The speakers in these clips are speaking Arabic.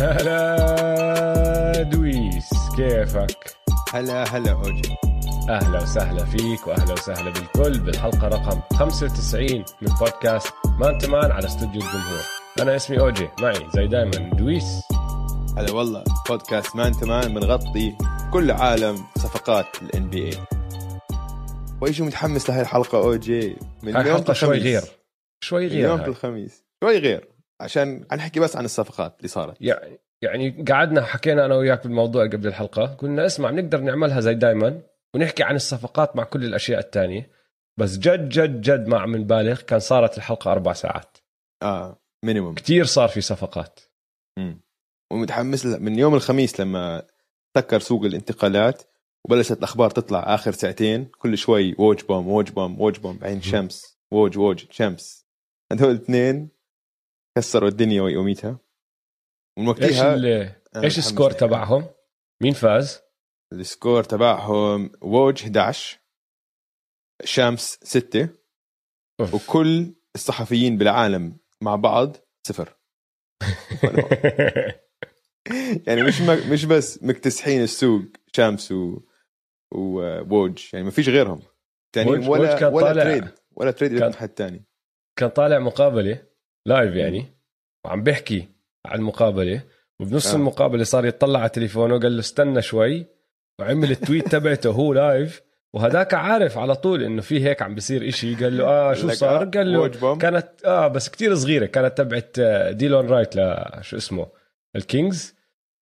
هلا دويس، كيفك؟ هلا أوجي. أهلا وسهلا فيك وأهلا وسهلا بالكل بالحلقة رقم 95 من بودكاست مان تمان على استوديو الجمهور. أنا اسمي أوجي، معي زي دايما دويس. هلا والله، بودكاست مان تمان بنغطي كل عالم صفقات ال NBA. وإيشو متحمس لهاي الحلقة أوجي. من الحلقة شوي غير اليوم في الخميس شوي غير عشان نحكي بس عن الصفقات اللي صارت. يعني قعدنا حكينا أنا وياك بالموضوع قبل الحلقة، قلنا اسمع بنقدر نعملها زي دايما ونحكي عن الصفقات مع كل الأشياء التانية، بس جد ما عم نبالغ، كان صارت الحلقة 4 ساعات مينيموم. كتير صار في صفقات. ومتحمس من يوم الخميس لما سكر سوق الانتقالات وبلشت الأخبار تطلع آخر ساعتين، كل شوي ووج بوم بعين شمس، ووج شمس. هذول الاثنين كسروا الدنيا ويوميتها. ايش السكور تبعهم؟ مين فاز؟ السكور تبعهم ووج 11، شمس 6، وكل الصحفيين بالعالم مع بعض 0. يعني مش بس مكتسحين السوق شمس ووج، يعني ما فيش غيرهم تاني. ولا تريد لكم حد تاني. كان طالع مقابلة لايف يعني، وعم بيحكي على المقابلة، وبنص المقابلة صار يطلع على تليفونه وقال له استنى شوي، وعمل التويت تبعته هو لايف، وهداك عارف على طول انه في هيك عم بيصير اشي. قال له شو صار؟ قال له كانت بس كتير صغيرة، كانت تبعت ديلون رايت شو اسمه الكينجز.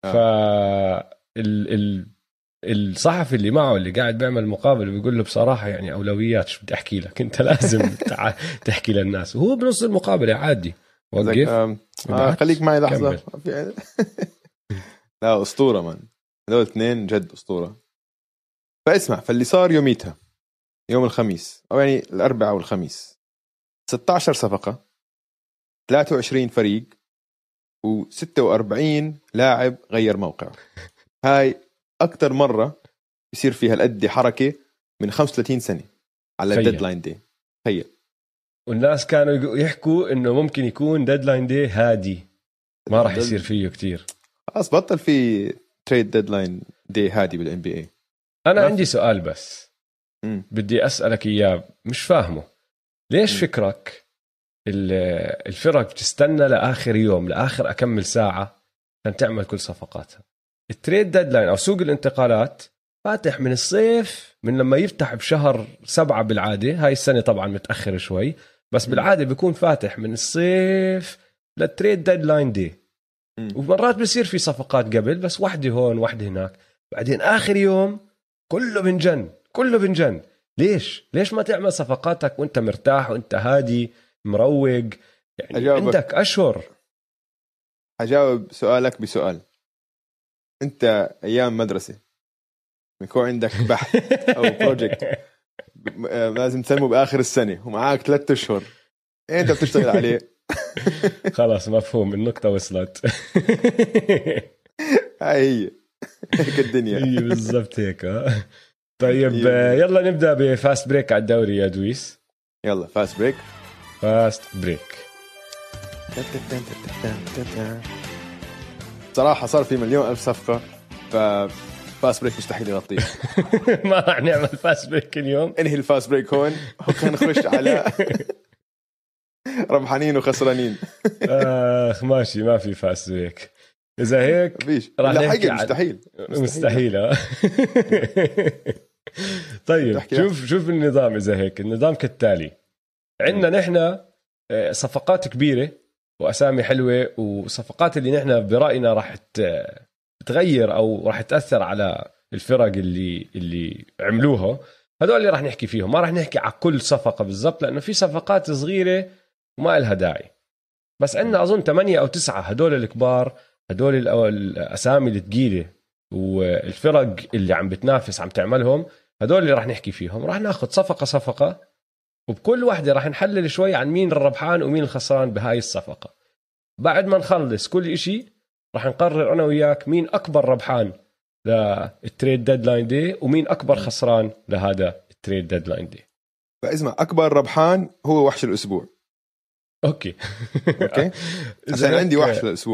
الصحفي اللي معه اللي قاعد بيعمل مقابل بيقول له بصراحة يعني أولويات، شو بدي أحكي لك، أنت لازم تحكي للناس. وهو بنص المقابلة عادي وقف خليك معي لحظة. لا أسطورة مان، هذول اثنين جد أسطورة. فاسمع، فاللي صار يوميتها يوم الخميس، أو يعني الأربعاء والخميس، 16 صفقة، 23 فريق، و46 لاعب غير موقعه. هاي أكتر مرة يصير فيها الأدي حركة من 35 سنة على الديدلاين دي. تخيل. والناس كانوا يحكوا إنه ممكن يكون ديدلاين دي هادي، ما راح يصير فيه كتير. خلاص بطل في تريد ديدلاين دي هادي بالNBA. أنا عندي سؤال بس بدي أسألك إياه، مش فاهمه. ليش فكرك الفرق بتستنى لآخر يوم، لآخر أكمل ساعة عشان تعمل كل صفقاتها؟ التريد ديدلاين أو سوق الانتقالات فاتح من الصيف، من لما يفتح بشهر 7 بالعادة. هاي السنة طبعا متأخر شوي، بس بالعادة بيكون فاتح من الصيف للتريد ديدلاين دي. ومرات بيصير في صفقات قبل، بس واحدة هون واحدة هناك، بعدين آخر يوم كله بنجن. ليش ما تعمل صفقاتك وانت مرتاح وانت هادي مروق؟ يعني عندك أشهر. أجاوب سؤالك بسؤال. انت ايام مدرسة يكون عندك بحث او بروجكت لازم تسلمه باخر السنة ومعاك 3 أشهر، انت بتشتغل عليه. خلاص مفهوم، النقطة وصلت. هاي هيك الدنيا. هي بالضبط هيك. طيب يلا نبدأ بفاست بريك على الدوري يا دويس. يلا فاست بريك. صراحة صار في 1,000,000 صفقة، فاست بريك مستحيل يغطيه. ما راح نعمل فاست بريك اليوم. انهي الفاست بريك هون، خلينا نخش على ربحانين وخسرانين. ماشي، ما في فاست بريك. إذا هيك راح نحكي مستحيل. طيب شوف النظام. إذا هيك النظام كالتالي: عندنا نحن صفقات كبيرة وأسامي حلوة، وصفقات اللي نحن برأينا راح تغير أو راح تأثر على الفرق اللي عملوها. هذول اللي راح نحكي فيهم، ما راح نحكي على كل صفقة بالضبط، لأنه في صفقات صغيرة وما لها داعي. بس عندنا أظن 8 أو 9 هدول الكبار، هدول الأسامي الثقيلة والفرق اللي عم بتنافس عم تعملهم، هدول اللي راح نحكي فيهم. راح ناخد صفقة وبكل واحدة راح نحلل شوي عن مين الربحان ومين الخسران بهاي الصفقة. بعد ما نخلص كل إشي راح نقرر أنا وياك مين أكبر ربحان للتريد ديدلاين دي ومين أكبر خسران لهذا التريد ديدلاين دي. فاسمع، أكبر ربحان هو وحش الأسبوع. أوكي. عشان عندي وحش الأسبوع.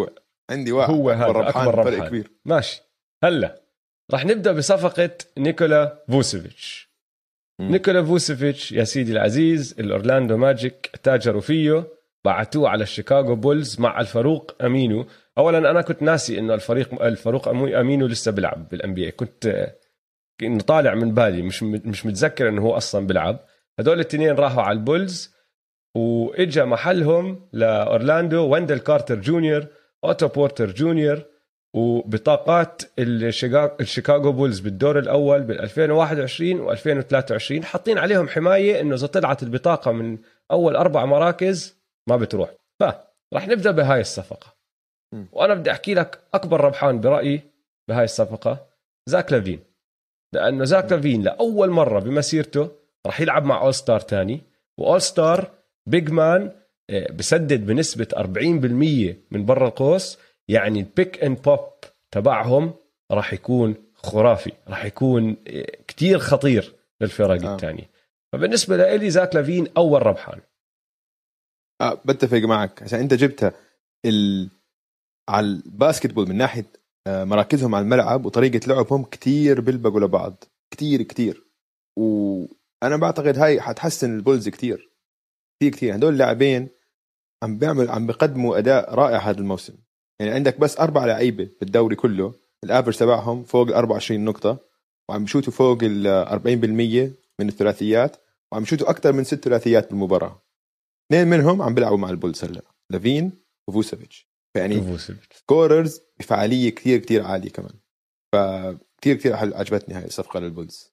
عندي واحد هو هذا أكبر ربحان. فرق كبير. ماشي. هلا راح نبدأ بصفقة نيكولا فوسيفيتش. نيكولا فوسيفيتش يا سيدي العزيز، الأورلاندو ماجيك تاجروا فيه، بعتوه على الشيكاغو بولز مع الفاروق أمينو. أولا أنا كنت ناسي إنه الفاروق أمينو لسه بيلعب بالأنبياء، كنت إنه طالع من بالي، مش متذكر إنه هو أصلا بيلعب. هدول الاثنين راحوا على البولز، وإجا محلهم لأورلاندو ويندل كارتر جونيور، أوتو بورتر جونيور، وبطاقات الشيكاغو بولز بالدور الأول بال2021 و2023 حاطين عليهم حماية إنه إذا طلعت البطاقة من أول 4 مراكز ما بتروح. فرح نبدأ بهاي الصفقة، وأنا بدي أحكي لك أكبر ربحان برأيي بهاي الصفقة زاك لافين، لأنه زاك لافين لأول مرة بمسيرته رح يلعب مع أول ستار تاني، وأول ستار بيج مان بسدد بنسبة 40% من برا القوس. يعني البيك اند بوب تبعهم راح يكون خرافي، راح يكون كتير خطير للفرق الثانية. فبالنسبة لإلي زاك لافين أول ربحان. بتفق معك عشان أنت جبتها على الباسكتبول من ناحية مراكزهم على الملعب وطريقة لعبهم كتير بيلبقوا لبعض كتير، وأنا بعتقد هاي حتحسن البولز كتير. هدول اللاعبين عم بيقدموا أداء رائع هذا الموسم. يعني عندك بس 4 لعيبة بالدوري كله الافرج تبعهم فوق 24 نقطة، وعم بيشوتوا فوق 40% من الثلاثيات، وعم بيشوتوا أكثر من 6 ثلاثيات بالمباراة. 2 منهم عم بيلعبوا مع البولز هلا، لافين وفوسيفيتش. يعني سكوررز بفعالية كتير عالية كمان. فكتير عجبتني هاي الصفقة للبولز.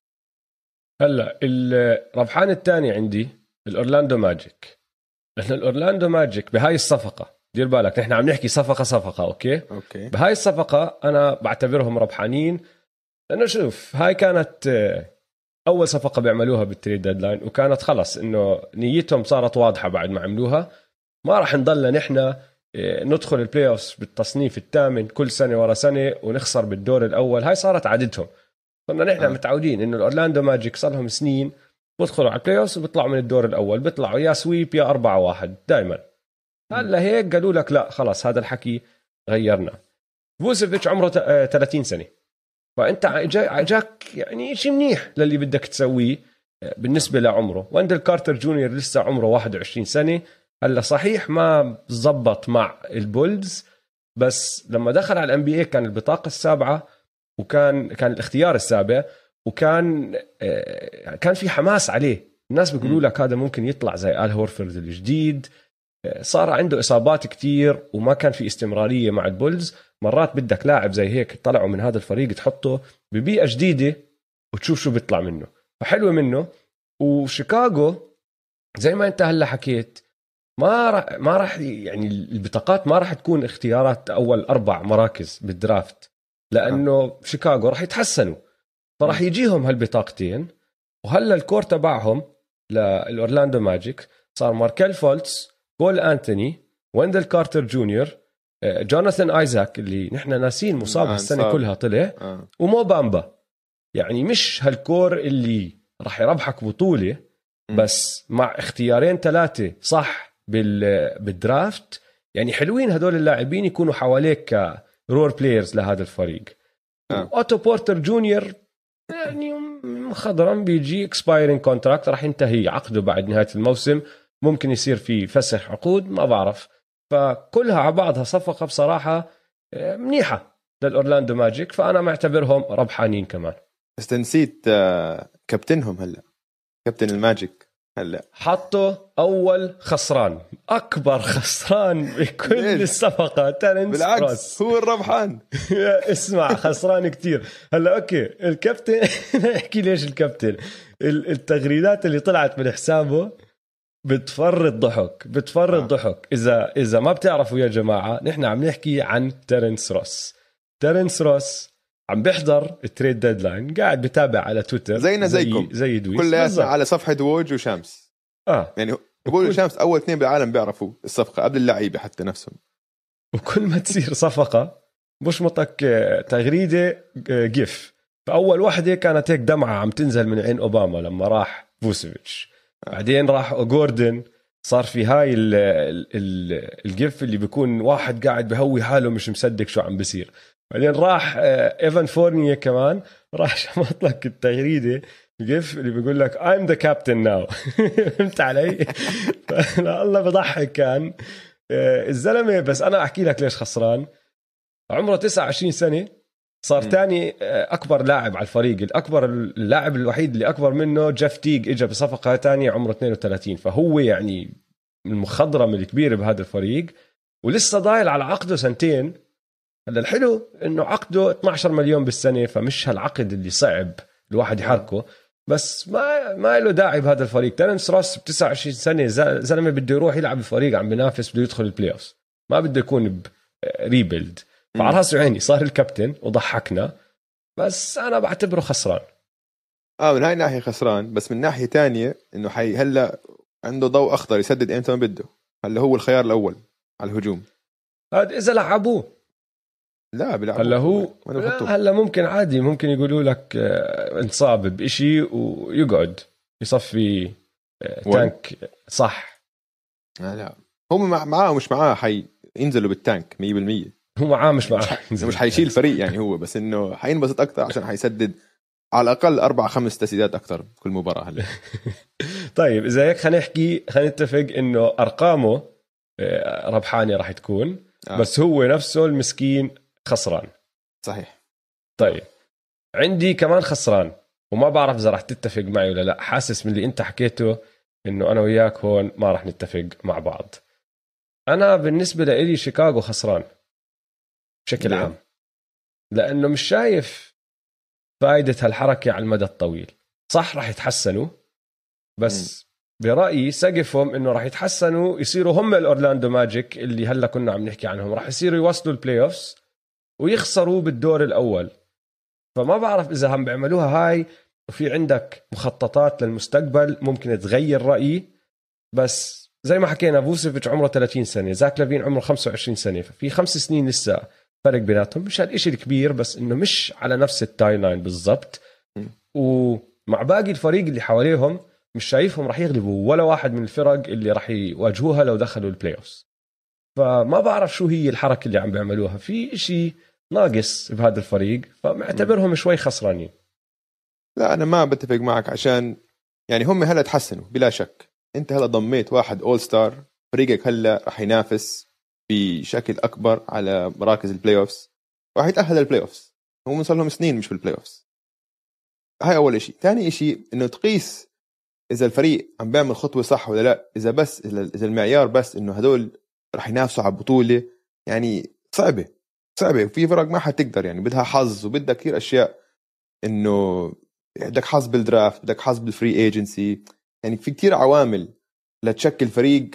هلا الربحان الثاني عندي الأورلاندو ماجيك، لأن الأورلاندو ماجيك بهاي الصفقة دير بالك نحن عم نحكي صفقة أوكي. بهاي الصفقة أنا بعتبرهم ربحانين، لأنه شوف هاي كانت أول صفقة بيعملوها بالتريد ديدلاين، وكانت خلص إنه نيتهم صارت واضحة بعد ما عملوها. ما راح نضل نحن ندخل البلاي أوفس بالتصنيف الثامن كل سنة ورا سنة ونخسر بالدور الأول. هاي صارت عادتهم. كنا نحن متعودين إنه الأورلاندو ماجيك صار لهم سنين بدخلوا على البلاي أوفس وبيطلعوا من الدور الأول، بيطلعوا يا سويب يا 4-1 دائما. هلا هيك قالوا لك لا خلاص هذا الحكي غيرنا. فوسيفيتش عمره 30 سنة، فأنت جاك يعني شيء منيح للي بدك تسويه بالنسبة لعمره. ويندل كارتر جونيور لسه عمره 21 سنة. هلا صحيح ما زبط مع البولز، بس لما دخل على الNBA كان البطاقة السابعة، وكان الاختيار السابع، وكان كان في حماس عليه. الناس بيقولوا لك هذا ممكن يطلع زي آل هورفورد الجديد. صار عنده إصابات كتير وما كان في استمرارية مع البولز. مرات بدك لاعب زي هيك طلعوا من هذا الفريق تحطه ببيئة جديدة وتشوف شو بيطلع منه، فحلوة منه. وشيكاغو زي ما انت هلا حكيت ما راح يعني البطاقات ما راح تكون اختيارات أول 4 مراكز بالدرافت، لأنه شيكاغو راح يتحسنوا، فراح يجيهم هالبطاقتين. وهلا الكور تبعهم للأورلاندو ماجيك صار ماركيل فولتس، كول أنتوني، ويندل كارتر جونيور، جوناثان آيزاك اللي نحن ناسين مصاب السنة كلها طلع، ومو بامبا. يعني مش هالكور اللي راح يربحك بطولة، بس مع اختيارين 3 صح بالدرافت. يعني حلوين هدول اللاعبين يكونوا حواليك كرور بلايرز لهذا الفريق. أوتو بورتر جونيور يعني مخضرم بيجي اكسبايرنج كونتراكت، راح ينتهي عقده بعد نهاية الموسم، ممكن يصير في فسخ عقود ما بعرف. فكلها على بعضها صفقة بصراحة منيحة للأورلاندو ماجيك، فأنا معتبرهم ربحانين كمان. بس نسيت كابتنهم هلا، كابتن الماجيك هلا حطوا أول خسران، أكبر خسران بكل الصفقة تيرنس بالعكس روس. هو الربحان. اسمع خسران كتير. هلا أوكي الكابتن احكي ليش الكابتن التغريدات اللي طلعت من حسابه بتفرط ضحك. إذا ما بتعرفوا يا جماعة نحن عم نحكي عن تيرنس روس عم بيحضر التريد ديدلاين، قاعد بتابع على تويتر زيكم زي دويس كلياتنا على صفحة ووج وشامس. يعني ووج وشامس أول 2 بالعالم بيعرفوا الصفقة قبل اللعيبة حتى نفسهم. وكل ما تصير صفقة بشمطك تغريدة جيف. فأول واحدة كانت هيك دمعة عم تنزل من عين أوباما لما راح فوسيفيتش، بعدين راح جوردن صار في هاي الجيف اللي بيكون واحد قاعد بهوي حاله مش مصدق شو عم بيصير. بعدين راح ايفان فورنيه كمان راح شمط لك التغريده الجيف اللي بيقول لك I'm the captain now. فهمت علي؟ لا الله بضحك كان الزلمه. بس انا احكي لك ليش خسران. عمره 29 سنه، صار تاني اكبر لاعب على الفريق. الاكبر اللاعب الوحيد اللي اكبر منه جيف تيج اجى بصفقه تانية عمره 32. فهو يعني المخضرم الكبير بهذا الفريق، ولسه ضايل على عقده سنتين. هلا الحلو انه عقده 12 مليون بالسنه، فمش هالعقد اللي صعب الواحد يحركه. بس ما له داعي بهذا الفريق. تيرنس روس ب 29 سنه زلمه بده يروح يلعب بفريق عم بينافس، بده يدخل البلاي اوف، ما بده يكون بريبيلد. فعلى راسي وعيني صار الكابتن وضحكنا، بس انا بعتبره خسران. من هاي الناحيه خسران، بس من ناحيه تانية انه هلا عنده ضوء اخضر يسدد امتى ما بده. هلا هو الخيار الاول على الهجوم. هذا اذا لعبوه. لا بيلعبوه. هلا هو هلا ممكن عادي، ممكن يقولوا لك انصاب بإشي ويقعد يصفي تانك صح. لا هم معاه مش معاه ينزلوا بالتانك 100%. هو معاه مش معاه مش حيشيل فريق يعني هو، بس انه حينبسط اكثر عشان حيسدد على الاقل 4-5 تسديدات اكثر كل مباراه هلا. طيب اذا هيك خلينا نتفق انه ارقامه ربحانه راح تكون بس هو نفسه المسكين خسران. صحيح. طيب عندي كمان خسران، وما بعرف اذا راح تتفق معي ولا لا. حاسس من اللي انت حكيته انه انا وياك هون ما راح نتفق مع بعض. انا بالنسبه لي شيكاغو خسران بشكل عام، لانه مش شايف فائده هالحركه على المدى الطويل. صح راح يتحسنوا، بس برأيي سقفهم انه راح يتحسنوا يصيروا هم الأورلاندو ماجيك اللي هلا كنا عم نحكي عنهم. راح يصيروا يوصلوا البلاي اوفز ويخسروا بالدور الاول. فما بعرف اذا هم بيعملوها هاي وفي عندك مخططات للمستقبل ممكن تغير رأيي. بس زي ما حكينا فوسيفيتش عمره 30 سنة، زاك لافين عمره 25 سنة، ففي 5 سنين لسه فرق بيناتهم. مش هالإشي الكبير، بس انه مش على نفس التايم لاين بالضبط. ومع باقي الفريق اللي حواليهم مش شايفهم راح يغلبوا ولا واحد من الفرق اللي راح يواجهوها لو دخلوا البلاي اوفز. فما بعرف شو هي الحركة اللي عم بيعملوها. في إشي ناقص بهذا الفريق، فمعتبرهم شوي خسرانين. لا أنا ما بتفق معك، عشان يعني هم هلا تحسنوا بلا شك. أنت هلا ضميت واحد أول ستار، فريقك هلا راح ينافس بشكل أكبر على مراكز البلاي أوفز، راح يتأهل البلاي أوفز. هم صار لهم سنين مش في البلاي أوفز. هاي أول إشي. ثاني إشي إنه تقيس إذا الفريق عم بيعمل خطوة صح ولا لا. إذا المعيار بس إنه هدول راح ينافسوا على بطولة، يعني صعبة. وفي فرق ما حتقدر، يعني بدها حظ وبدها كثير أشياء. إنه بدك حظ بالدرافت، بدك حظ بالفري ايجنسي، يعني في كتير عوامل لتشكل فريق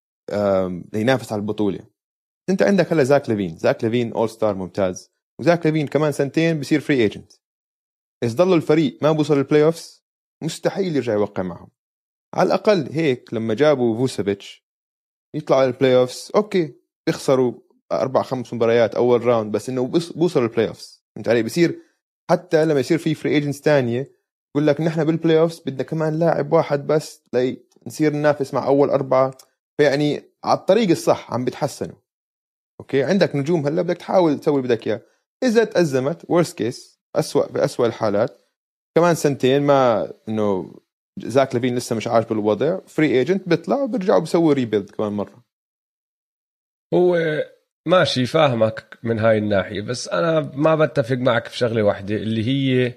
ينافس على البطولة. انت عندك هلا زاك لافين اول ستار ممتاز، وزاك لافين كمان سنتين بصير فري ايجنت. إذا ضلوا الفريق ما بوصل البلاي اوفز مستحيل يرجع يوقع معهم. على الأقل هيك لما جابوا فوسيفيتش يطلعوا على البلاي اوفز، اوكي بيخسروا 4-5 مباريات اول راوند، بس انه بوصلوا البلاي اوفز. انت علي بصير حتى لما يصير في فري ايجنتس تانية يقول لك نحن بالبلاي اوفز بدنا كمان لاعب واحد بس نصير ننافس مع اول 4. فيعني على الطريق الصح عم بتحسنوا. اوكي عندك نجوم هلا، بدك تحاول تسوي بدك اياه. اذا تأزمت worst case بأسوأ الحالات كمان سنتين ما انه زاك لافين لسه مش عاجبه الوضع، فري ايجنت بيطلع وبرجعوا بيسوي ريبيلد كمان مرة. هو ماشي فاهمك من هاي الناحية، بس أنا ما بتفق معك في شغلة واحدة اللي هي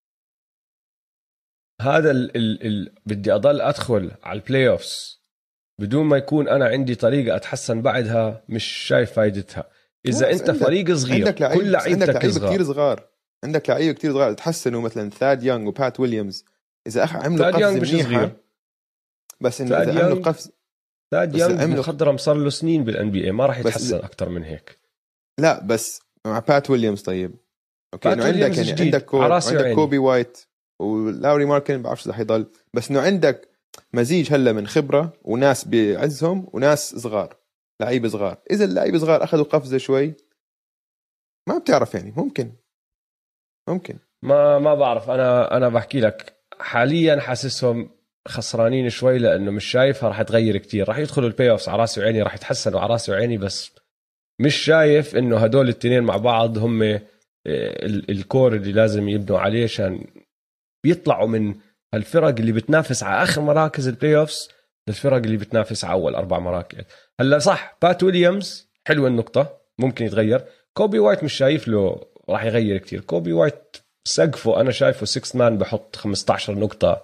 هذا بدي أضل أدخل على البلاي أوفس بدون ما يكون أنا عندي طريقة أتحسن بعدها. مش شايف فايدتها. إذا أنت فريق صغير كل لعيبتك كتير صغار، عندك لعيبة كتير صغار تحسنوا، مثلا ثاد يونغ وبات ويليامز. إذا عملوا قفزة منيحة، بس إنه إذا عملوا قفزة ثاد يونغ مخضرم صار له سنين بالان بي اي، ما راح يتحسن اكثر من هيك. لا بس مع بات ويليامز. طيب اوكي انه عندك يعني عندك كوبي وايت ولاوري ماركن، بعرفش اذا حيضل، بس انه عندك مزيج هلا من خبره وناس بعزهم وناس صغار، لعيبه صغار. اذا اللعيبه صغار اخذوا قفزه شوي ما بتعرف، يعني ممكن ما بعرف. انا بحكي لك حاليا حاسسهم خسرانين شوي لانه مش شايفها راح تغير كتير. راح يدخلوا البلاي اوفز على راسي وعيني، راح يتحسنوا على راسي وعيني، بس مش شايف انه هدول الاثنين مع بعض هم الكور اللي لازم يبنوا عليه عشان بيطلعوا من الفرق اللي بتنافس على اخر مراكز البلاي اوفز للفرق اللي بتنافس على اول 4 مراكز. هلا صح بات ويليامز حلوه النقطه، ممكن يتغير. كوبي وايت مش شايف له راح يغير كتير. كوبي وايت سقفه انا شايفه 6 مان بحط 15 نقطه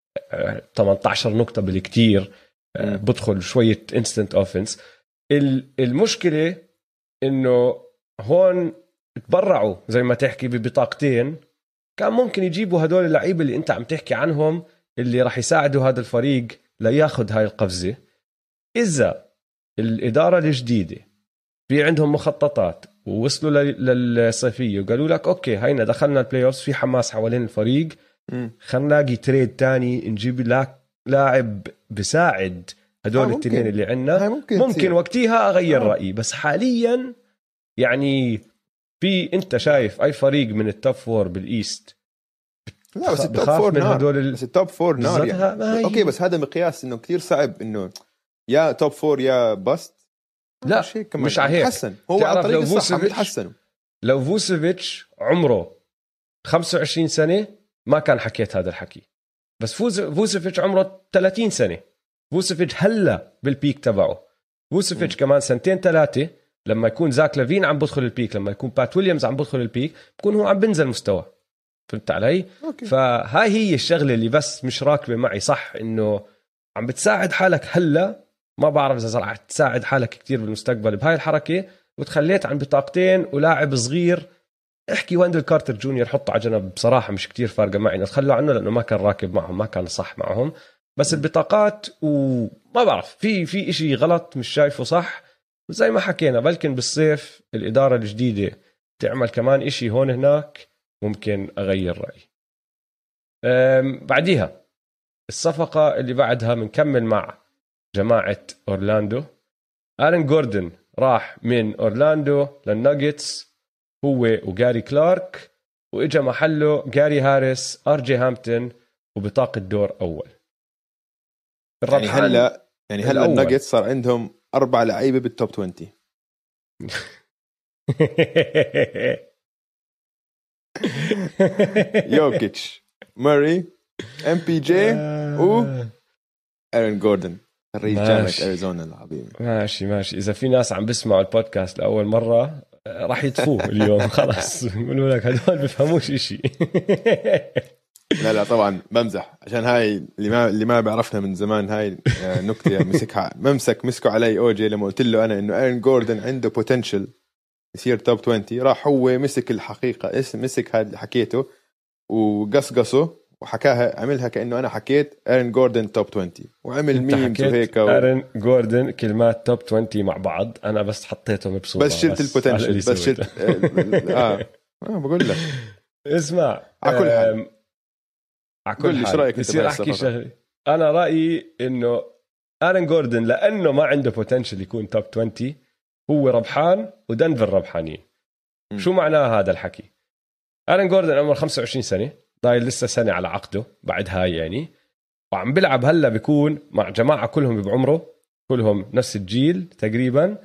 18 نقطه بالكتير، بدخل شويه انستنت اوفنس. المشكله انه هون تبرعوا زي ما تحكي ببطاقتين، كان ممكن يجيبوا هدول اللعيبه اللي انت عم تحكي عنهم اللي راح يساعدوا هذا الفريق لياخذ هاي القفزه. اذا الاداره الجديده في عندهم مخططات ووصلوا للصيفيه وقالوا لك اوكي هينا دخلنا البلاي اوفز في حماس حوالين الفريق، خلينا نلاقي تريد تاني نجيب لاعب بساعد هدول الاثنين اللي عندنا، ممكن وقتها اغير رايي. بس حاليا يعني في انت شايف اي فريق من التوب 4 بالايست؟ لا بس التوب 4 نار، بس التوب 4 نار يعني. اوكي بس هذا مقياس انه كثير صعب انه يا توب 4 يا بست. لا مش على هيك. هو على طريق الصح بيتحسنوا. لو فوسيفيتش عمره 25 سنه ما كان حكيت هذا الحكي، بس فوسيفيتش عمره 30 سنه. فوسيفيتش هلا بالبيك تبعه. فوسيفيتش كمان 2-3 لما يكون زاك لافين عم بدخل البيك، لما يكون بات ويليامز عم بدخل البيك، بكون هو عم بنزل مستوى. فهمت علي؟ أوكي. فهاي هي الشغله اللي بس مش راكبه معي. صح انه عم بتساعد حالك هلا، ما بعرف اذا راح تساعد حالك كتير بالمستقبل بهاي الحركه، وتخليت عن بطاقتين ولاعب صغير. احكي واندل كارتر جونيور حطه على جنب، بصراحه مش كتير فارقه معي نتخلوا عنه لانه ما كان راكب معهم، ما كان صح معهم. بس البطاقات وما بعرف في إشي غلط مش شايفه صح. زي ما حكينا بلكن بالصيف الإدارة الجديدة تعمل كمان إشي هون هناك، ممكن أغير رأيي. بعديها الصفقة اللي بعدها بنكمل مع جماعة أورلاندو. آرن جوردن راح من أورلاندو للناجتس هو وجاري كلارك، وإجا محله جاري هاريس RJ هامبتون وبطاقة دور أول. يعني هلا الناجتس صار عندهم 4 لعيبة بالتوب 20. يوكيتش، ماري، MPJ و آرن جوردن، الرئيس جامعة أريزونا العظيمة. ماشي إذا في ناس عم بسمعوا البودكاست لأول مرة راح يطفوه اليوم خلاص يقولوا لك هدول بفهموش إشي. لا طبعا بمزح، عشان هاي اللي ما بيعرفنا من زمان. هاي نكتة مسكوا علي أوجي لما قلت له أنا إنه آرن جوردن عنده potential يصير توب 20. راح هو مسك الحقيقة، مسك هذا اللي حكيته وقصقصه وحكاها، عملها كأنه أنا حكيت آرن جوردن توب 20 وعمل ميمز وهيك آرن جوردن كلمات توب 20 مع بعض، أنا بس حطيتهم بصورة بس شلت البوتنشل بس شلت بقول لك اسمع على قول لي شو رايك بصير احكي شغله. انا رايي انه آرن جوردن لانه ما عنده بوتنشل يكون توب 20 هو ربحان ودنفر ربحانين. شو معناه هذا الحكي؟ آرن جوردن عمره 25 سنه، ضايل لسه سنه على عقده بعد هاي يعني، وعم بلعب هلا بيكون مع جماعه كلهم بعمره، كلهم نفس الجيل تقريبا،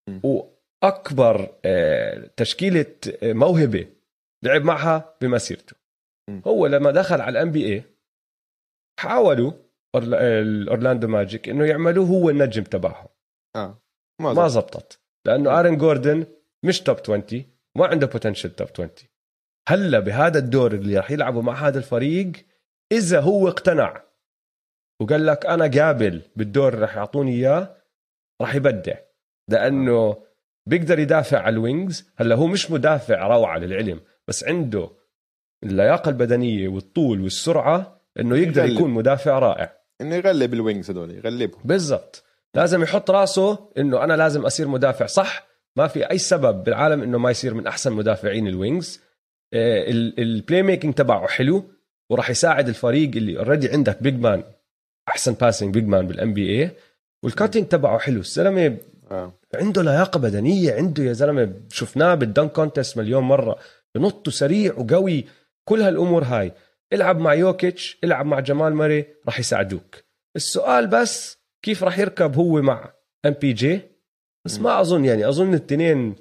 واكبر تشكيله موهبه لعب معها بمسيرته. هو لما دخل على NBA حاولوا الأورلاندو ماجيك إنه يعملوه هو النجم تبعهم، ما زبطت لأنه آرن جوردن مش توب 20، ما عنده بوتنشل توب 20. هلا بهذا الدور اللي راح يلعبوا مع هذا الفريق، إذا هو اقتنع وقال لك أنا قابل بالدور اللي راح يعطوني إياه، راح يبدع لأنه بيقدر يدافع على الوينجز. هلا هو مش مدافع روعة للعلم، بس عنده اللياقة البدنية والطول والسرعة إنه يقدر يكون مدافع رائع، إنه يغلب الوينجز هذول يغلبهم بالضبط. لازم يحط راسه إنه أنا لازم أصير مدافع صح. ما في أي سبب بالعالم إنه ما يصير من أحسن مدافعين الوينجز. البلاي ميكينج تبعه حلو وراح يساعد الفريق اللي اوريدي عندك بيج مان، أحسن باسنج بيج مان بالNBA، والكاتينج تبعه حلو. الزلمة عنده لياقة بدنية، عنده يا زلمة شفناه بالدنك كونتست مليون مرة، بنطه سريع وقوي، كل هالأمور هاي. العب مع يوكيتش، العب مع جمال ماري، راح يساعدوك. السؤال بس كيف راح يركب هو مع ام بي جي. بس ما اظن، يعني اظن التنين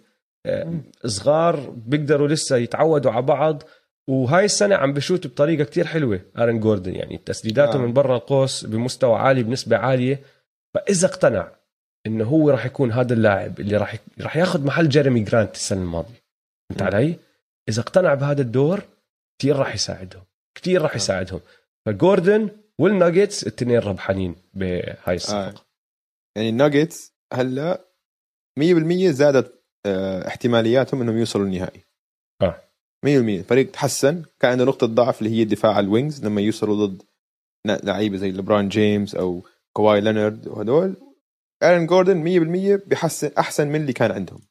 صغار بيقدروا لسه يتعودوا على بعض. وهاي السنة عم بشوت بطريقة كتير حلوة آرن جوردن، يعني تسديداته من برا القوس بمستوى عالي بنسبة عالية. فإذا اقتنع إنه هو راح يكون هذا اللاعب اللي راح ياخد محل جيريمي جرانت السنة الماضية، فهمت علي؟ إذا اقتنع بهذا الدور كتير راح يساعدهم، كتير راح يساعدهم. فجوردن والناجتس التنين ربحانين بهاي الصفقة. يعني الناجتس هلا 100% زادت احتمالياتهم انهم يوصلوا النهائي. 100% فريق تحسن. كان عنده نقطة ضعف اللي هي الدفاع على الوينجز لما يوصلوا ضد لعيبة زي لبران جيمس او كواي لينارد وهدول. آرن جوردن 100% بيحسن أحسن من اللي كان عندهم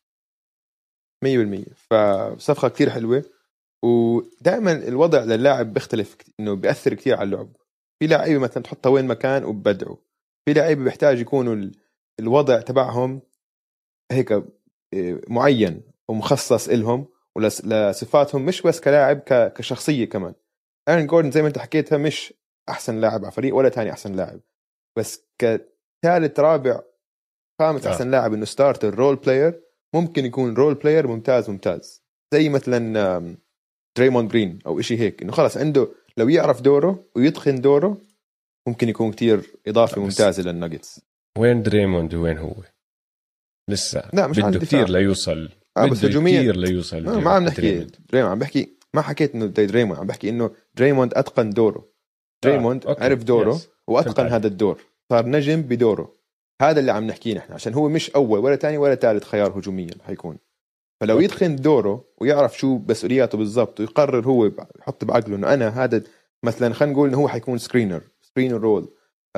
100%. فصفقة كتير حلوة. ودائما الوضع للاعب بيختلف، إنه بيأثر كتير على اللعب. في لاعيبة مثلا تحطها وين مكان وببدعوا، في لاعيبة بيحتاج يكونوا الوضع تبعهم هيك معين ومخصص إلهم ولصفاتهم، مش بس كلاعب كشخصية كمان. آرن جوردن زي ما انت حكيتها مش أحسن لاعب على فريق ولا تاني أحسن لاعب، بس كثالث رابع خامس أحسن لاعب إنه ستارتر رول بلاير، ممكن يكون رول بلاير ممتاز زي مثلا دريموند جرين أو إشي هيك، إنه خلاص عنده لو يعرف دوره ويتقن دوره ممكن يكون كتير إضافة ممتازة للناجتس. وين دريموند وين هو لسه؟ لا مش بده كتير ليوصل، بس هجوميا كتير ليوصل. ما عم نحكي دريموند، عم بحكي ما حكيت إنه دريموند، عم بحكي إنه دريموند أتقن دوره. دريموند عرف دوره وأتقن هذا الدور، صار نجم بدوره. هذا اللي عم نحكيه نحن، عشان هو مش أول ولا تاني ولا ثالث خيار هجوميا حيكون. فلو يتقن دوره ويعرف شو مسؤولياته بالضبط ويقرر هو يحط بعقله إنه أنا هذا مثلا، خلينا نقول إنه هو حيكون سكرينر رول،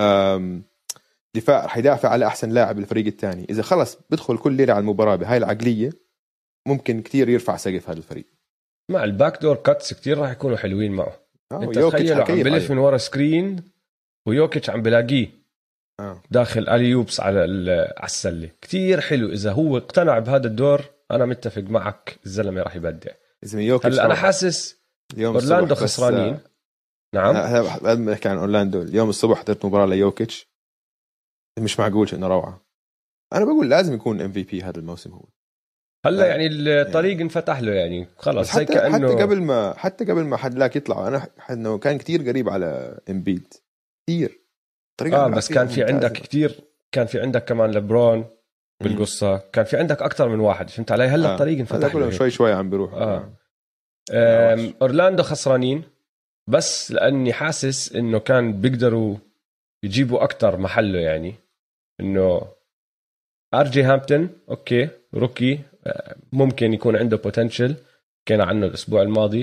دفاع، حيدافع على أحسن لاعب الفريق الثاني. إذا خلص بدخل كل ليلة على المباراة بهاي العقلية ممكن كتير يرفع سقف هذا الفريق. مع الباك دور كاتس كتير راح يكونوا حلوين معه. انت تخيلوا عم بلف من ورا سكرين ويوكيتش عم بلاقيه داخل اليوبس على السله، كتير حلو. اذا هو اقتنع بهذا الدور انا متفق معك، الزلمه راح يبدع. هلا انا حاسس اورلاندو خسرانين. نعم هذا ما نحكي عن اورلاندو. اليوم الصبح حضرت مباراه ليوكيتش، مش معقول انه روعه. انا بقول لازم يكون MVP هذا الموسم هو. هلا يعني الطريق انفتح له، يعني خلص زي كأنه حتى قبل ما حد لاك يطلع. انا انه كان كتير قريب على امبيد كتير بس كان في عندك كتير، كان في عندك كمان لبرون بالقصه، كان في عندك اكثر من واحد، فهمت علي؟ هلا الطريق انفتح له شوي عم بيروح. اورلاندو خسرانين، بس لاني حاسس انه كان بيقدروا يجيبوا اكثر محله. يعني انه ارجي هامبتون اوكي روكي، ممكن يكون عنده بوتنشل، كان عنه الاسبوع الماضي.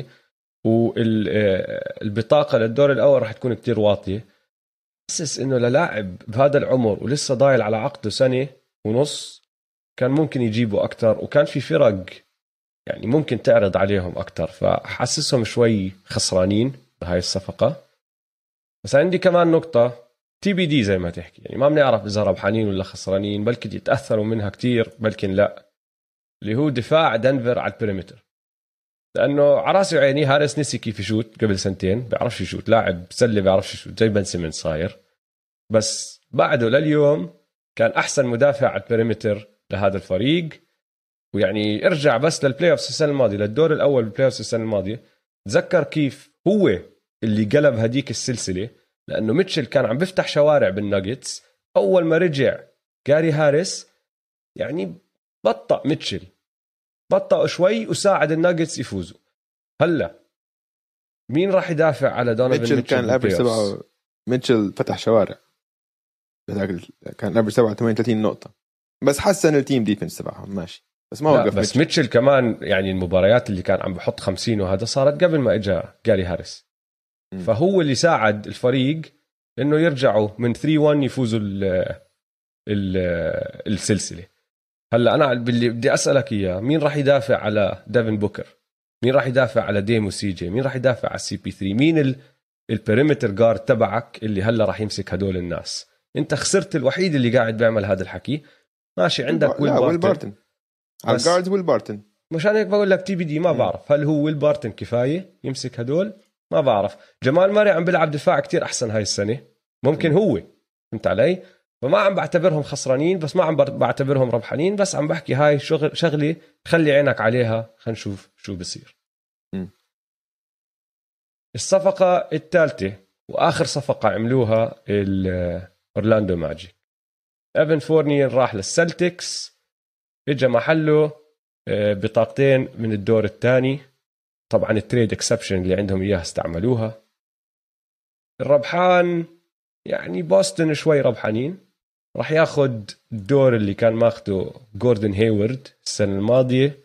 والبطاقه للدور الاول راح تكون كتير واطيه. حاسس انه للاعب بهذا العمر ولسه ضايل على عقده سنه ونص كان ممكن يجيبوا اكثر، وكان في فرق يعني ممكن تعرض عليهم اكثر. فحاسسهم شوي خسرانين بهاي الصفقه. بس عندي كمان نقطه TBD زي ما تحكي، يعني ما بنعرف اذا ربحانين ولا خسرانين، بلكي يتاثروا منها كتير بلكن لا. اللي هو دفاع دنفر على البريمتر، لانه عراسي وعيني هارس نسي كيف يشوت قبل سنتين، بيعرفش يشوت، لاعب سله بيعرفش يشوت زي بن سيمنز صاير. بس بعده لليوم كان احسن مدافع على البريمتر لهذا الفريق. ويعني ارجع بس للبلاي اوف السنه الماضيه، للدور الاول بالبلاي اوف السنه الماضيه، تذكر كيف هو اللي قلب هديك السلسله، لانه ميتشل كان عم بيفتح شوارع بالناجتس. اول ما رجع جاري هاريس يعني بطأ ميتشل، بطأ شوي وساعد الناجتس يفوزوا. هلا مين راح يدافع على دونيفن ميتشل؟ كان الافرج تبعه، ميتشل فتح شوارع، كان الافرج 37 نقطة، بس حسن التيم ديفنس تبعهم ماشي، بس ما وقف. بس ميتشل كمان يعني المباريات اللي كان عم بحط 50 وهذا صارت قبل ما اجى جاري هاريس. فهو اللي ساعد الفريق انه يرجعوا من 3-1 يفوزوا السلسلة. هلا انا اللي بدي اسالك اياه، مين راح يدافع على ديفن بوكر؟ مين راح يدافع على ديمو سي جي؟ مين راح يدافع على CP3؟ مين البريمتر جارد تبعك اللي هلا راح يمسك هدول الناس؟ انت خسرت الوحيد اللي قاعد بيعمل هذا الحكي. ماشي عندك ويل بارتن على الجارد، ويل بارتن. مشان هيك بقول لك TBD ما بعرف هل هو ويل بارتن كفايه يمسك هدول ما بعرف. جمال ماري عم بيلعب دفاع كتير أحسن هاي السنة، ممكن هو، فهمت علي؟ فما عم بعتبرهم خسرانين بس ما عم بعتبرهم ربحانين، بس عم بحكي هاي شغلة خلي عينك عليها، خلينا نشوف شو بصير. الصفقة الثالثة وآخر صفقة عملوها الأورلاندو ماجيك، إيفن فورنير راح للسلتكس، اجى محله بطاقتين من الدور الثاني. طبعا التريد اكسبشن اللي عندهم إياها استعملوها. الربحان يعني بوسطن شوي ربحانين، راح ياخد الدور اللي كان ماخده جوردن هيورد السنة الماضية.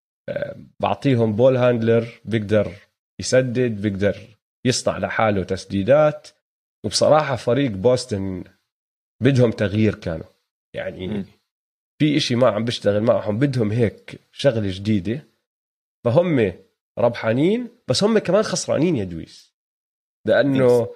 بعطيهم بول هاندلر بيقدر يسدد، بيقدر يصنع لحاله تسديدات. وبصراحة فريق بوسطن بدهم تغيير، كانوا يعني في اشي ما عم بيشتغل معهم، بدهم هيك شغلة جديدة. فهم ربحانين بس هم كمان خسرانين يا دويس، لأنه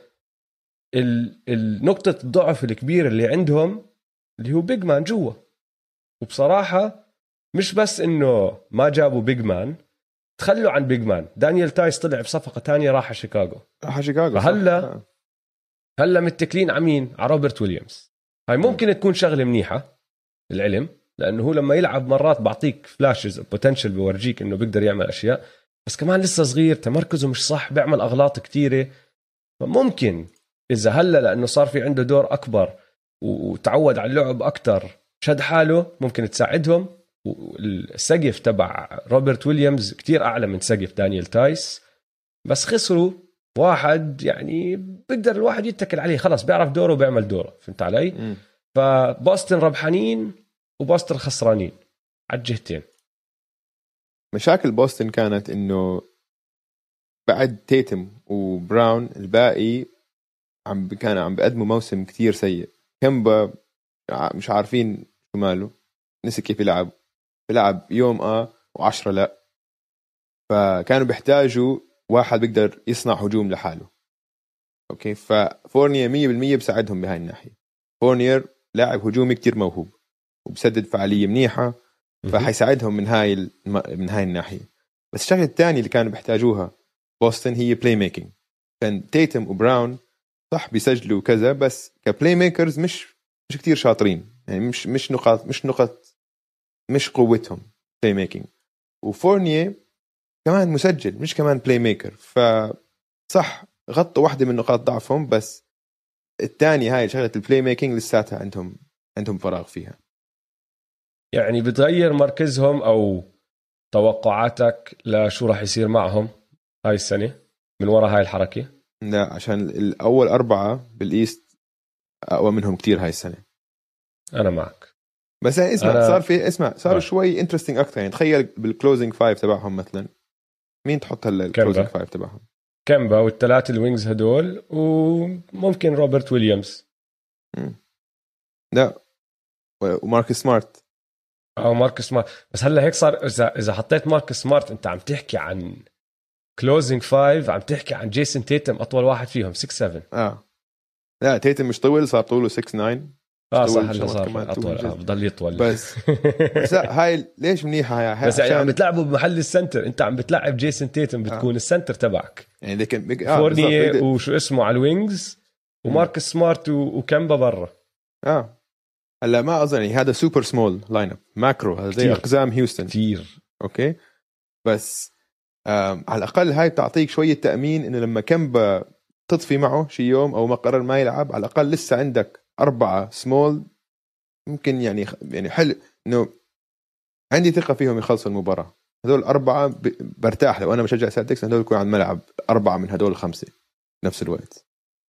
النقطة الضعف الكبيرة اللي عندهم اللي هو بيج مان جوا. وبصراحة مش بس انه ما جابوا بيج مان، تخلوا عن بيج مان. دانيال تايس طلع بصفقة تانية راح شيكاغو. فهلا هلا متكلين عمين على روبرت ويليامز. هاي ممكن تكون شغلة منيحة العلم، لأنه هو لما يلعب مرات بعطيك فلاشز بوتنشل، بورجيك إنه بيقدر يعمل أشياء، بس كمان لسه صغير، تمركزه مش صح، بيعمل أغلاط كتيرة. فممكن إذا هلا لأنه صار في عنده دور أكبر وتعود على اللعب أكتر شد حاله، ممكن تساعدهم. والسقف تبع روبرت ويليامز كتير أعلى من سقف دانيال تايس، بس خسروا واحد يعني بيقدر الواحد يتكل عليه، خلاص بيعرف دوره وبيعمل دوره، فهمت علي؟ فبوسطن ربحانين وبوسطن خسرانين على الجهتين. مشاكل بوسطن كانت انه بعد تيتم وبراون الباقي كانوا عم بيقدموا موسم كتير سيء. كمبا مش عارفين شو ماله، نسي كيف يلعب يوم و10 لا. فكانوا بيحتاجوا واحد بيقدر يصنع هجوم لحاله. اوكي، ففورنير 100% بساعدهم بهاي الناحية. فورنير لاعب هجومي كتير موهوب وبسدد فعالية منيحة، فحيساعدهم من هاي الناحية. بس الشغلة الثانية اللي كانوا بيحتاجوها بوسطن هي بلاي ميكينج. كان تيتم وبراون صح بيسجلوا كذا، بس كبلاي ميكرز مش كتير شاطرين، يعني مش قوتهم بلاي ميكينج. وفورنيه كمان مسجل مش كمان بلاي ميكر، فصح غطوا واحدة من نقاط ضعفهم، بس الثانية هاي شغلة البلاي ميكينج لساتها عندهم فراغ فيها. يعني بتغير مركزهم أو توقعاتك لشو راح يصير معهم هاي السنة من وراء هاي الحركة؟ لا، عشان الأول 4 بالإيست أقوى منهم كتير هاي السنة. أنا معك، بس يعني صاروا شوي انترستينج أكتر. يعني تخيل بالكلوزنج 5 تبعهم مثلا مين تحط هلا الكلوزنج 5 تبعهم؟ كمبا والثلاثة الوينجز هدول، وممكن روبرت ويليامز. لا، وماركس سمارت أو ماركس سمارت. بس هلا هيك صار، إذا حطيت ماركس سمارت أنت عم تحكي عن كلوزنج 5، عم تحكي عن جيسون تيتم أطول واحد فيهم 6'7". لا، تيتم مش طول، صار طوله 6'9". صح، هلا صار أطول، بضل يطول بس لا، هاي ليش منيحة هاي بس يعني عم بتلعبوا بمحل السنتر، انت عم بتلعب جيسون تيتم، بتكون السنتر تبعك يعني لكن فورنيه وشو اسمه على الوينجز، وماركس سمارت وكمبا برا. هلا ما اظن يعني هذا سوبر سمول لاين اب ماكرو، هذا زي اقزام هيوستن كتير. اوكي، بس على الاقل هاي بتعطيك شويه تامين انه لما كمبا تطفي معه شي يوم او ما قرر ما يلعب، على الاقل لسه عندك 4 سمول ممكن يعني حلو انه عندي ثقه فيهم يخلصوا المباراه. هذول 4 برتاح لو انا بشجع سلتكس هذول يكون على الملعب 4 من هذول 5 نفس الوقت.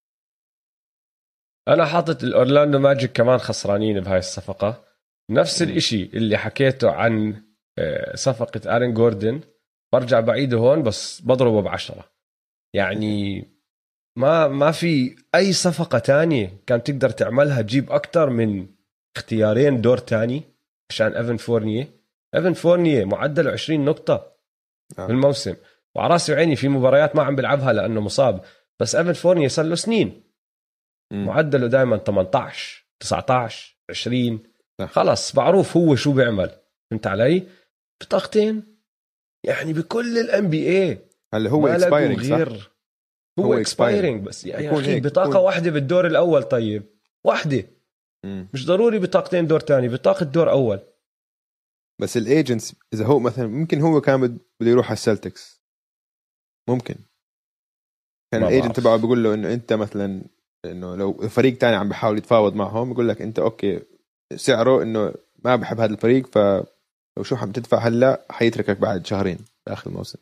انا حاطط الاورلاندو ماجيك كمان خسرانين بهاي الصفقه، نفس الاشي اللي حكيته عن صفقه آرين جوردن. برجع بعيده هون بس بضربه ب10. يعني ما في اي صفقه تانية كانت تقدر تعملها تجيب اكتر من اختيارين دور تاني عشان ايفن فورنيه معدله 20 نقطه في الموسم. وعلى راسي وعيني في مباريات ما عم بلعبها لانه مصاب، بس ايفن فورنيه صار له سنين معدله دائما 18 19 20. خلص معروف هو شو بيعمل، فهمت علي؟ بطاقتين يعني بكل الان بي اي. هلا هو اكسبايرنج غير هو اكسبايرنج بس يا اخي بطاقه واحده بالدور الاول. طيب واحده مش ضروري بطاقتين دور تاني، بطاقه دور اول. بس الايجنتس اذا هو مثلا ممكن هو كان بده يروح على السلتكس، ممكن كان الايجنت تبعه بيقول له انه انت مثلا انه لو فريق تاني عم بيحاول يتفاوض معهم يقول لك انت اوكي سعره انه ما بحب هذا الفريق، فلو شو عم تدفع هلا حيتركك بعد شهرين اخر الموسم.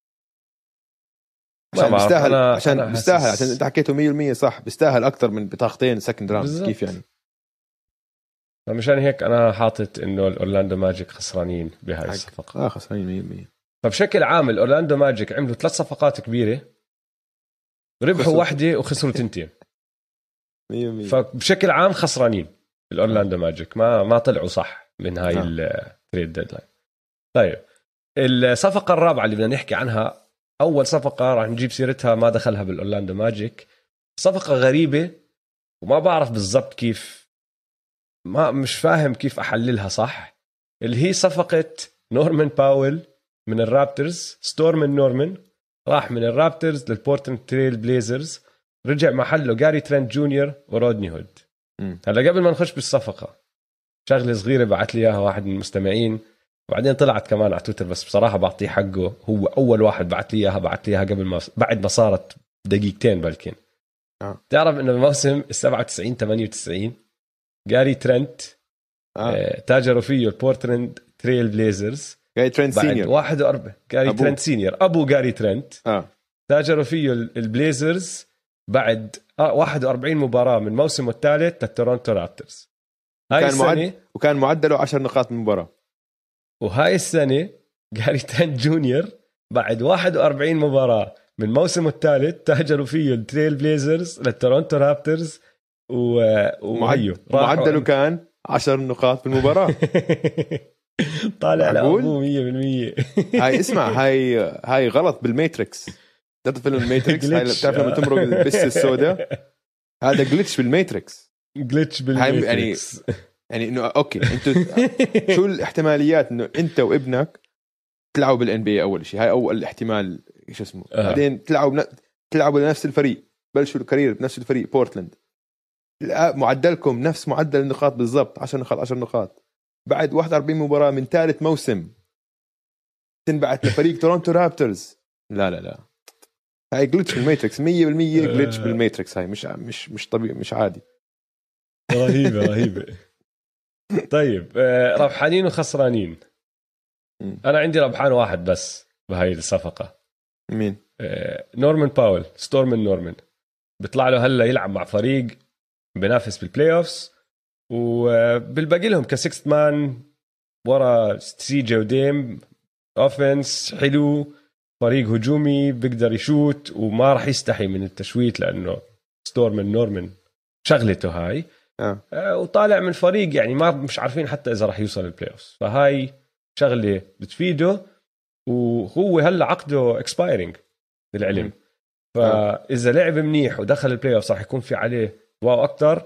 عشان بيستاهل، عشان بيستاهل، عشان انت حكيته 100% صح، بيستاهل اكثر من بطاقتين سكند راوند. كيف يعني؟ فمشان هيك انا حاطط انه الاورلاندو ماجيك خسرانين بهاي الصفقه. خسرانين 100%. فبشكل عام الاورلاندو ماجيك عملوا 3 صفقات كبيره، ربحوا واحدة وخسروا 2. 100%. فبشكل عام خسرانين الاورلاندو ماجيك، ما طلعوا صح من هاي التريد ديدلاين. طيب الصفقه الرابعه اللي بدنا نحكي عنها، اول صفقه راح نجيب سيرتها ما دخلها بالاورلاندو ماجيك، صفقه غريبه وما بعرف بالضبط كيف، مش فاهم كيف احللها صح، اللي هي صفقه نورمان باول من الرابترز. ستورمان نورمان راح من الرابترز للبورتلاند تريل بليزرز، رجع محله جاري ترينت جونيور ورودني هود. هلا قبل ما نخش بالصفقه شغله صغيره بعت لي اياها واحد من المستمعين، وبعدين طلعت كمان على تويتر، بس بصراحه بعطيه حقه، هو اول واحد بعت لي اياها قبل ما بعد ما صارت دقيقتين بلكن. تعرف انه بموسم 97-98 جاري ترينت تاجروا فيه البورتلاند تريل بليزرز. جاري ترينت سينيور 41 جاري ترينت سينيور ابو جاري ترينت تاجروا فيه البليزرز بعد 41 مباراه من موسمه الثالث للتورونتو رابترز. وكان معدله 10 نقاط من المباراه. وهاي السنه جاري ترينت جونيور بعد 41 مباراه من موسمه الثالث تاجروا فيه التريل بليزرز للتورونتو رابترز معدله كان 10 نقاط في المباراه. طالع لأبوه 100%. هاي اسمع، هاي غلط بالماتريكس. تعرف فيلم الماتريكس؟ هاي بتعرف لما تمرق البسه السوداء، هذا جلitch بالماتريكس. يعني انه اوكي انتوا شو الاحتماليات انه انت وابنك تلعبوا بالان بي؟ اول شيء هاي اول احتمال، ايش اسمه بعدين تلعبوا لنفس الفريق، بلشوا الكارير بنفس الفريق بورتلاند، معدلكم نفس معدل النقاط بالضبط، 10 نقاط بعد 41 مباراة من ثالث موسم تنبعت لفريق تورونتو رابترز. لا هاي جلitch بالماتريكس 100%. جلitch بالماتريكس هاي مش طبيعي، مش عادي. رهيبة. طيب ربحانين وخسرانين. أنا عندي ربحان واحد بس بهاي الصفقة. مين؟ نورمان باول، ستورمان نورمان. بيطلع له هلا يلعب مع فريق بينافس بالبلاي اوفز، وبالباقي لهم كسكست مان ورا سي وديم، اوفنس حلو، فريق هجومي بيقدر يشوت وما راح يستحي من التشويت لانه ستورمان نورمان شغلته هاي. وطالع من فريق يعني ما مش عارفين حتى اذا راح يوصل البلاي اوفز، فهاي شغله بتفيده. وهو هلا عقده اكسبايرنج للعلم، فاذا لعب منيح ودخل البلاي اوفز راح يكون في عليه واو اكتر،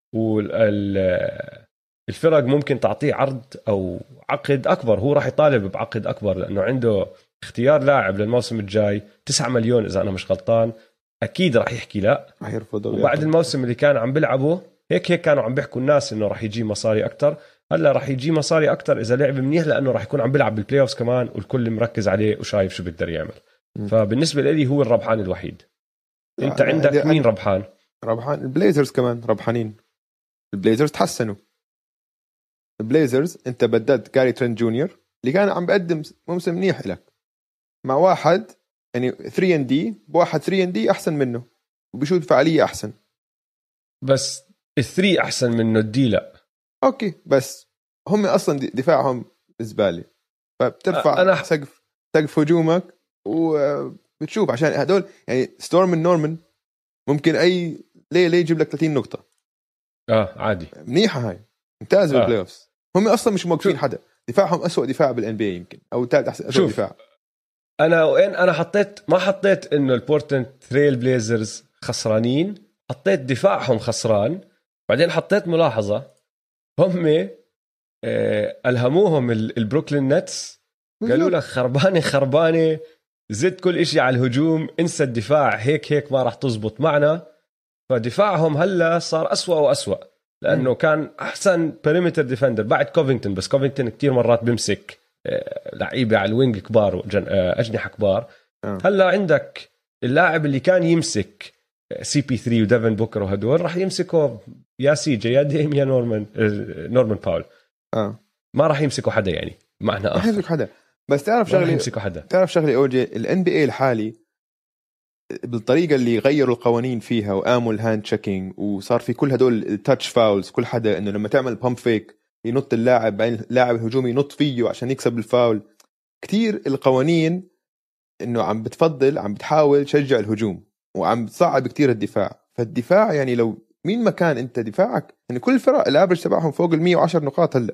والفرق ممكن تعطيه عرض او عقد اكبر. هو راح يطالب بعقد اكبر لانه عنده اختيار لاعب للموسم الجاي 9 مليون اذا انا مش غلطان. اكيد راح يحكي لا، وبعد الموسم اللي كان عم بلعبه هيك كانوا عم بيحكوا الناس انه راح يجي مصاري اكتر. هلا راح يجي مصاري اكتر اذا لعب منيح، لانه راح يكون عم بيلعب بالبلاي اوفز كمان والكل مركز عليه وشايف شو بيقدر يعمل. فبالنسبه لي هو الربحان الوحيد. انت عندك مين ربحان؟ البليزرز كمان ربحانين. البليزرز تحسنوا. البليزرز انت بددت جاري ترينت جونيور اللي كان عم بقدم موسم منيح لك مع واحد يعني 3&D، بواحد 3&D احسن منه وبيشوت فعاليه احسن. بس ال3 احسن منه، الدي لا. اوكي بس هم اصلا دفاعهم زباله، فبترفع سقف هجومك وبتشوف عشان هدول يعني ستورمان نورمان ممكن اي ليه يجيب لك 30 نقطه. عادي منيحه هاي، ممتاز بالبلاي اوفز. هم اصلا مش موقفين حدا، دفاعهم أسوأ دفاع بالان بي يمكن، او ثالث احسن أسوأ دفاع. انا ما حطيت انه البورتلاند تريل بليزرز خسرانين، حطيت دفاعهم خسران. بعدين حطيت ملاحظه، هم الهموهم البروكلين نتس، قالوا لك خربانه زد كل إشي على الهجوم، انسى الدفاع، هيك ما راح تزبط معنا. فدفاعهم هلا صار أسوأ وأسوأ، لأنه كان أحسن بريمتر ديفندر بعد كوفينغتون، بس كوفينغتون كتير مرات بمسك لعيبة على الوينج كبار أجنحة كبار. هلا عندك اللاعب اللي كان يمسك CP3 وديفن بوكر وهدول راح يمسكوا يا سي جي يا ديم يا نورمان باول. ما راح يمسكوا حدا، يعني معنى راح يمسك حدا. بس تعرف شغلي أوجي الان بي اي الحالي بالطريقه اللي غيروا القوانين فيها وقاموا الهاند تشيكينج وصار في كل هدول التاتش فاولز، كل حدا انه لما تعمل بامب فيك ينط اللاعب بعدين اللاعب الهجومي ينط فيه عشان يكسب الفاول. كتير القوانين انه عم بتحاول تشجع الهجوم وعم بتصعب كتير الدفاع. فالدفاع يعني لو مين ما كان انت دفاعك، يعني كل الفرق الافرج تبعهم فوق 110 نقاط هلا،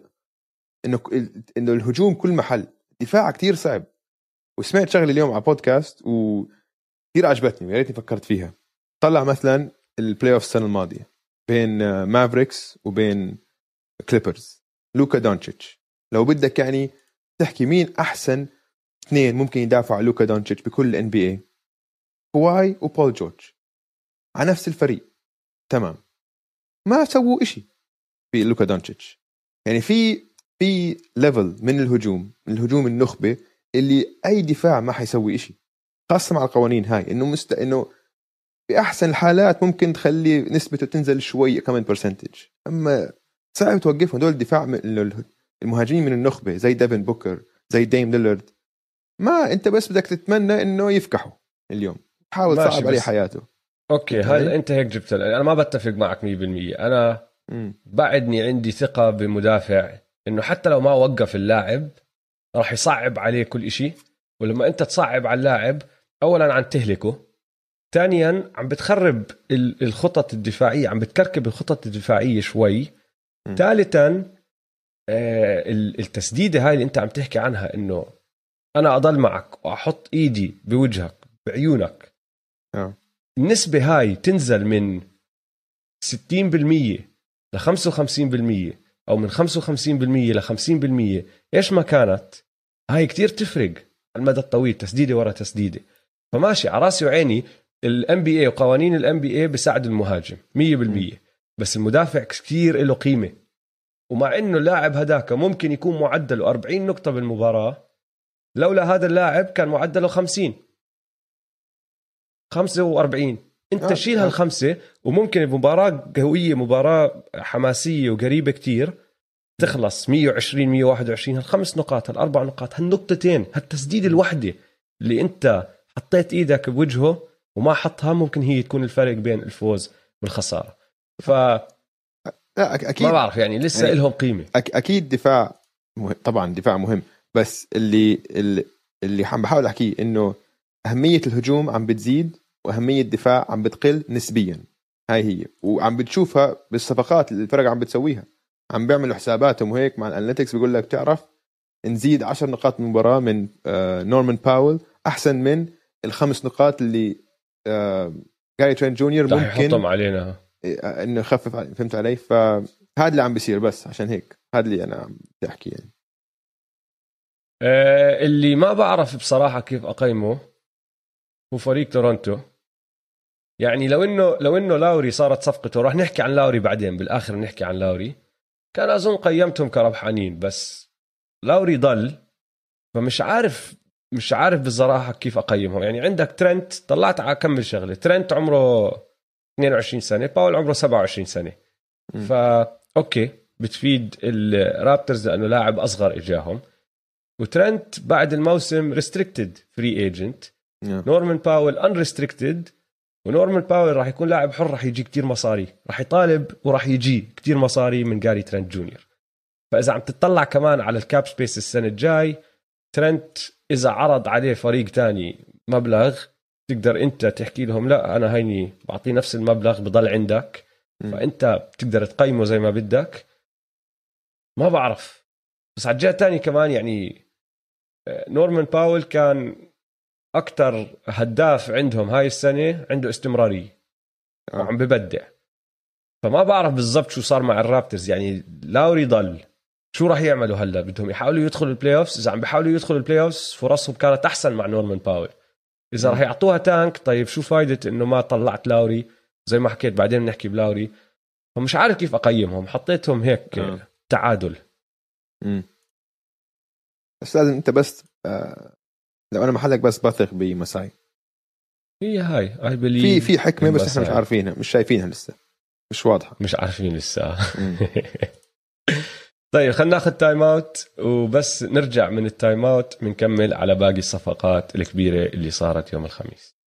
انه الهجوم كل محل، دفاع كتير صعب. وسمعت شغله اليوم على بودكاست وكتير عجبتني ويا ريتني فكرت فيها. طلع مثلا البلاي اوف السنه الماضيه بين مافريكس وبين كليبرز، لوكا دونتشيتش. لو بدك يعني تحكي مين احسن اثنين ممكن يدافعوا على لوكا دونتشيتش بكل ان بي اي، كواي وبول جورج على نفس الفريق تمام، ما سووا إشي في لوكا دونتشيتش. يعني في ليفل من الهجوم النخبة اللي أي دفاع ما حيسوي إشي، خاصة مع القوانين هاي. إنه بأحسن الحالات ممكن تخلي نسبته تنزل شوي كمان برسنتج، أما صعب توقفهم. دول الدفاع المهاجمين من النخبة زي ديفن بوكر زي ديم ليلارد، ما أنت بس بدك تتمنى إنه يفكحوا اليوم، حاول صعب عليه حياته. أوكي هل أنت هيك جبت أنا ما بتفق معك 100%. أنا بعدني عندي ثقة بمدافع إنه حتى لو ما وقف اللاعب راح يصعب عليه كل إشي. ولما أنت تصعب على اللاعب أولا عم تهلكه، ثانيا عم بتخرب الخطط الدفاعية، عم بتكركب الخطط الدفاعية شوي. ثالثا التسديدة هاي اللي أنت عم تحكي عنها، إنه أنا أضل معك وأحط إيدي بوجهك بعيونك، النسبة هاي تنزل من 60% ل 55% أو من 55% ل 50%، إيش ما كانت هاي كتير تفرق على المدى الطويل، تسديدة ورا تسديدة. فماشي على راسي وعيني الام بي اي وقوانين الام بي اي بيساعد المهاجم 100%، بس المدافع كتير له قيمة. ومع إنه اللاعب هداك ممكن يكون معدله 40 نقطة بالمباراة، لولا هذا اللاعب كان معدله 50 45. انت شيل هالخمسة وممكن بمباراة قوية مباراة حماسية وقريبة كتير تخلص 120 121. هالخمس نقاط هالاربع نقاط هالنقطتين هالتسديد الوحدة اللي انت حطيت ايدك بوجهه وما حطها، ممكن هي تكون الفرق بين الفوز والخسارة. أكيد ما بعرف يعني لسه يعني لهم قيمة. أكيد دفاع طبعا دفاع مهم، بس اللي عم بحاول أحكيه إنه أهمية الهجوم عم بتزيد وأهمية الدفاع عم بتقل نسبيا. هاي هي وعم بتشوفها بالصفقات اللي الفرق عم بتسويها، عم بيعملوا حساباتهم وهيك مع الاناليتكس بيقول لك تعرف نزيد 10 نقاط من المباراة من نورمان باول أحسن من الخمس نقاط اللي جاري ترينت جونيور ممكن يحطهم علينا انه يخفف. فهمت علي؟ فهذا اللي عم بيصير، بس عشان هيك هذا اللي انا عم بحكي يعني. اللي ما بعرف بصراحة كيف أقيمه هو فريق تورونتو. يعني لو انه لاوري صارت صفقته، راح نحكي عن لاوري بعدين بالاخر، نحكي عن لاوري، كان اظن قيمتهم كربحانين، بس لاوري ضل. فمش عارف بصراحة كيف اقيمهم. يعني عندك ترنت، طلعت على كمل شغله، ترنت عمره 22 سنة، باول عمره 27 سنة. فا اوكي بتفيد الرابترز لانه لاعب اصغر اجاهم. وترنت بعد الموسم ريستريكتد فري ايجنت، نورمان باول انريستريكتد. ونورمان باول راح يكون لاعب حر، راح يجي كتير مصاري، راح يطالب وراح يجي كتير مصاري من جاري ترنت جونيور. فإذا عم تطلع كمان على الكاب سبيس السنة الجاي، ترنت إذا عرض عليه فريق تاني مبلغ، تقدر أنت تحكي لهم لا أنا هيني بعطيه نفس المبلغ بضل عندك. فأنت بتقدر تقيمه زي ما بدك. ما بعرف، بس على الجهة الثانية كمان يعني نورمان باول كان أكتر هداف عندهم هاي السنة، عنده استمرارية وعم ببدع. فما بعرف بالضبط شو صار مع الرابترز. يعني لاوري ضل، شو راح يعملوا هلا؟ بدهم يحاولوا يدخلوا البلاي اوفز. إذا عم بيحاولوا يدخلوا البلاي اوفز فرصهم كانت أحسن مع نورمان باول، اذا راح يعطوها تانك طيب شو فايده انه ما طلعت لاوري زي ما حكيت بعدين بنحكي بلاوري. فمش عارف كيف اقيمهم حطيتهم هيك تعادل. بس لازم انت بس لو انا محلك بس بثق بمساي. هي هاي في حكمه بس احنا مش عارفينها مش شايفينها لسه مش واضحه مش عارفين لسه. طيب خلينا ناخذ تايم اوت وبس نرجع من التايم اوت بنكمل على باقي الصفقات الكبيره اللي صارت يوم الخميس.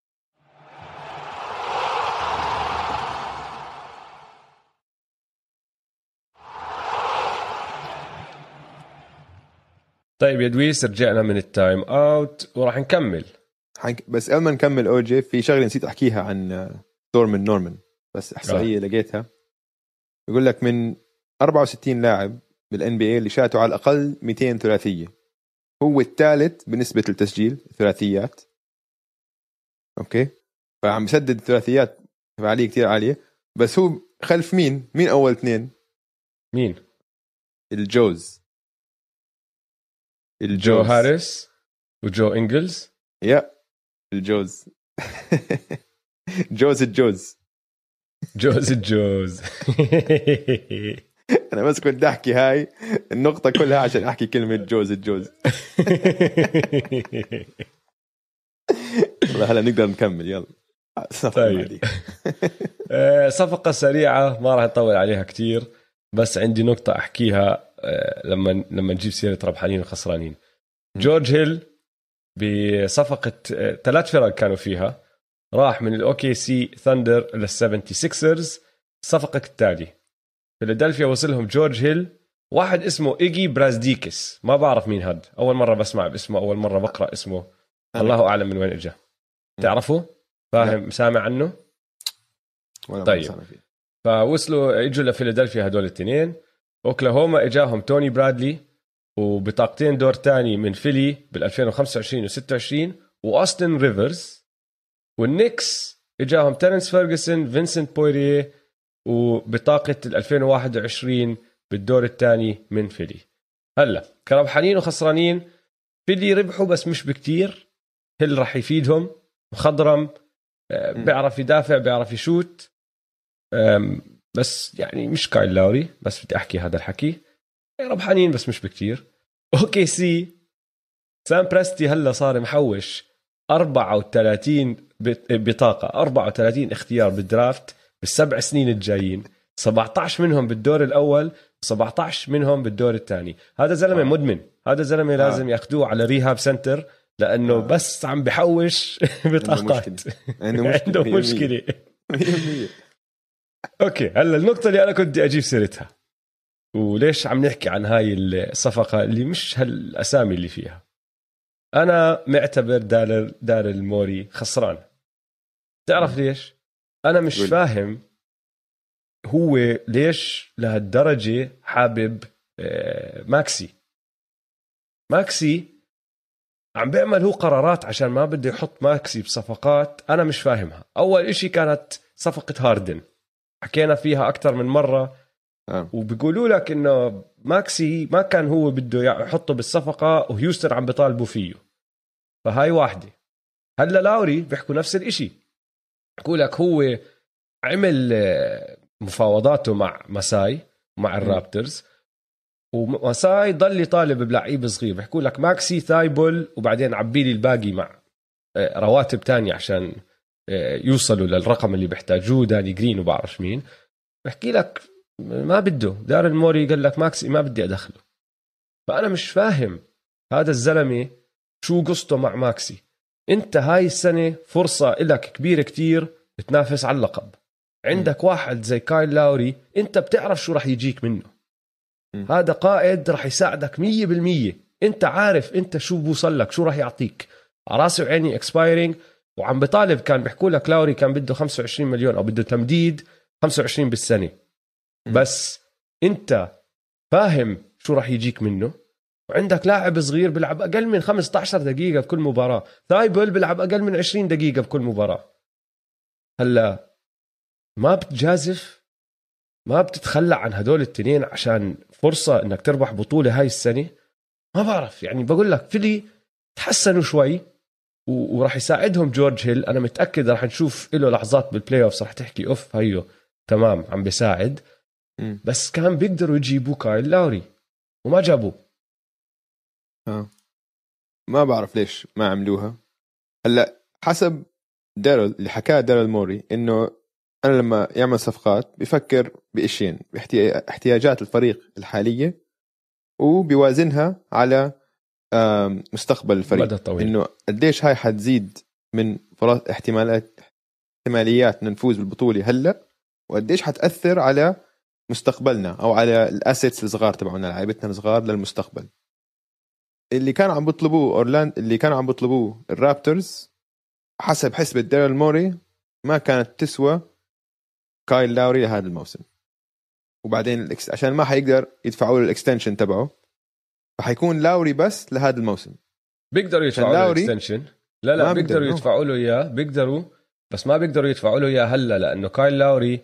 طيب يا دويس رجعنا من التايم اوت وراح نكمل بس قبل ما نكمل اوجي في شغله نسيت احكيها عن دورمان نورمان بس احصائيه لقيتها يقول لك من 64 لاعب بالان بي اي اللي شاتوا على الاقل 200 ثلاثيه هو الثالث بنسبه التسجيل ثلاثيات. اوكي فعم يسدد ثلاثيات فعاليه كتير عاليه بس هو خلف مين اول اثنين؟ مين؟ الجوز جو هاريس وجو إنجلز. يا الجوز. الجوز أنا بس كنت أحكي هاي النقطة كلها عشان أحكي كلمة جوز. والله هلا نقدر نكمل يلا. طيب. صفقة سريعة ما راح نطول عليها كتير بس عندي نقطة أحكيها لما نجيب سيرة ربحانين وخسرانين. جورج هيل بصفقة 3 فرق كانوا فيها راح من الأوكي سي ثاندر لل76رز. صفقة التالي فيلادلفيا وصلهم جورج هيل واحد اسمه إيجي برازديكس ما بعرف مين هاد أول مرة بسمع باسمه أول مرة بقرأ اسمه الله أعلم من وين إجا. تعرفه فاهم سامع عنه؟ طيب فوصلوا اجوا لفيلادلفيا هدول الاثنين. اوكلاهوما اجاهم توني برادلي وبطاقتين دور تاني من فيلي بال2025 و26 واوستن ريفرز. والنيكس اجاهم تيرنس فيرغسون فينسنت بويريه وبطاقة 2021 بالدور الثاني من فيلي. هلا كربحانين وخسرانين فيلي ربحوا بس مش بكتير. هل راح يفيدهم مخضرم بيعرف يدافع بيعرف يشوت بس يعني مش كايل لاوري بس بدي أحكي هذا الحكي ربحانين بس مش بكتير. اوكي سي سام بريستي هلا صار محوش 34 بطاقة 34 اختيار بالدرافت بال7 سنين الجايين 17 منهم بالدور الأول 17 منهم بالدور الثاني. هذا زلمة مدمن هذا زلمة لازم ياخدوه على ريهاب سنتر لأنه بس عم بحوش بطاقات عنده مشكلة. أوكي هلا النقطة اللي أنا كنت أجيب سيرتها وليش عم نحكي عن هاي الصفقة اللي مش هالأسامي اللي فيها. أنا معتبر داريل موري خسران. تعرف ليش؟ أنا مش فاهم هو ليش لهالدرجة حابب ماكسي عم بيعمل هو قرارات عشان ما بده يحط ماكسي بصفقات أنا مش فاهمها. أول إشي كانت صفقة هاردن حكينا فيها أكتر من مرة وبيقولوا لك إنه ماكسي ما كان هو بده يحطه بالصفقة وهيوستن عم بيطالبوا فيه. فهاي واحدة. هلا لاوري بيحكوا نفس الإشي بيقول لك هو عمل مفاوضاته مع مساي مع الرابترز ومساي ضل يطالب بلعيب صغير. بيحكوا لك ماكسي ثايبل وبعدين عبيلي الباقي مع رواتب تانية عشان يوصلوا للرقم اللي بيحتاجوه داني جرين وبعرف مين. بحكي لك ما بده داريل موري قال لك ماكسي ما بدي أدخله. فأنا مش فاهم هذا الزلمة شو قصته مع ماكسي. انت هاي السنة فرصة لك كبيرة كتير تنافس على اللقب. عندك واحد زي كايل لاوري انت بتعرف شو رح يجيك منه. هذا قائد رح يساعدك 100%. انت عارف انت شو بوصل لك شو رح يعطيك على راسي وعيني اكسبايرينج. وعم بطالب كان بيحكوا لك لاوري كان بده 25 مليون او بده تمديد 25 بالسنة. بس انت فاهم شو رح يجيك منه. وعندك لاعب صغير بيلعب أقل من 15 دقيقة بكل مباراة. ثايبل بيلعب أقل من 20 دقيقة بكل مباراة. هلا ما بتجازف ما بتتخلى عن هدول التنين عشان فرصة انك تربح بطولة هاي السنة. ما بعرف يعني بقول لك فيلي تحسنوا شوي وراح يساعدهم جورج هيل. انا متاكد راح نشوف له لحظات بالبلاي اوفs راح تحكي اوف هيو تمام عم بيساعد. بس كان بيقدروا يجيبوا كايل لاوري وما جابوه. ما بعرف ليش ما عملوها. هلا حسب دارل اللي حكاه دارل موري انه انا لما يعمل صفقات بيفكر بإشيين، باحتياجات الفريق الحالية وبيوازنها على مستقبل الفريق، انه قديش هاي حتزيد من فرص احتماليات نفوز بالبطولة هلا، وقديش حتأثر على مستقبلنا او على الاسيتس الصغار تبعنا لعيبتنا الصغار للمستقبل. اللي كانوا عم بيطلبوه اللي كانوا عم بيطلبوه الرابترز حسب حسبة دارل موري ما كانت تسوى كايل لاوري لهذا الموسم. وبعدين عشان ما حيقدر يدفعوا له الاكستنشن تبعه، فحيكون لاوري بس لهذا الموسم. بيقدروا يدفعوا له الاكستنشن، لا بيقدروا يدفعوا له اياه، بيقدروا بس ما بيقدروا يدفعوا له اياه هلا لانه كايل لاوري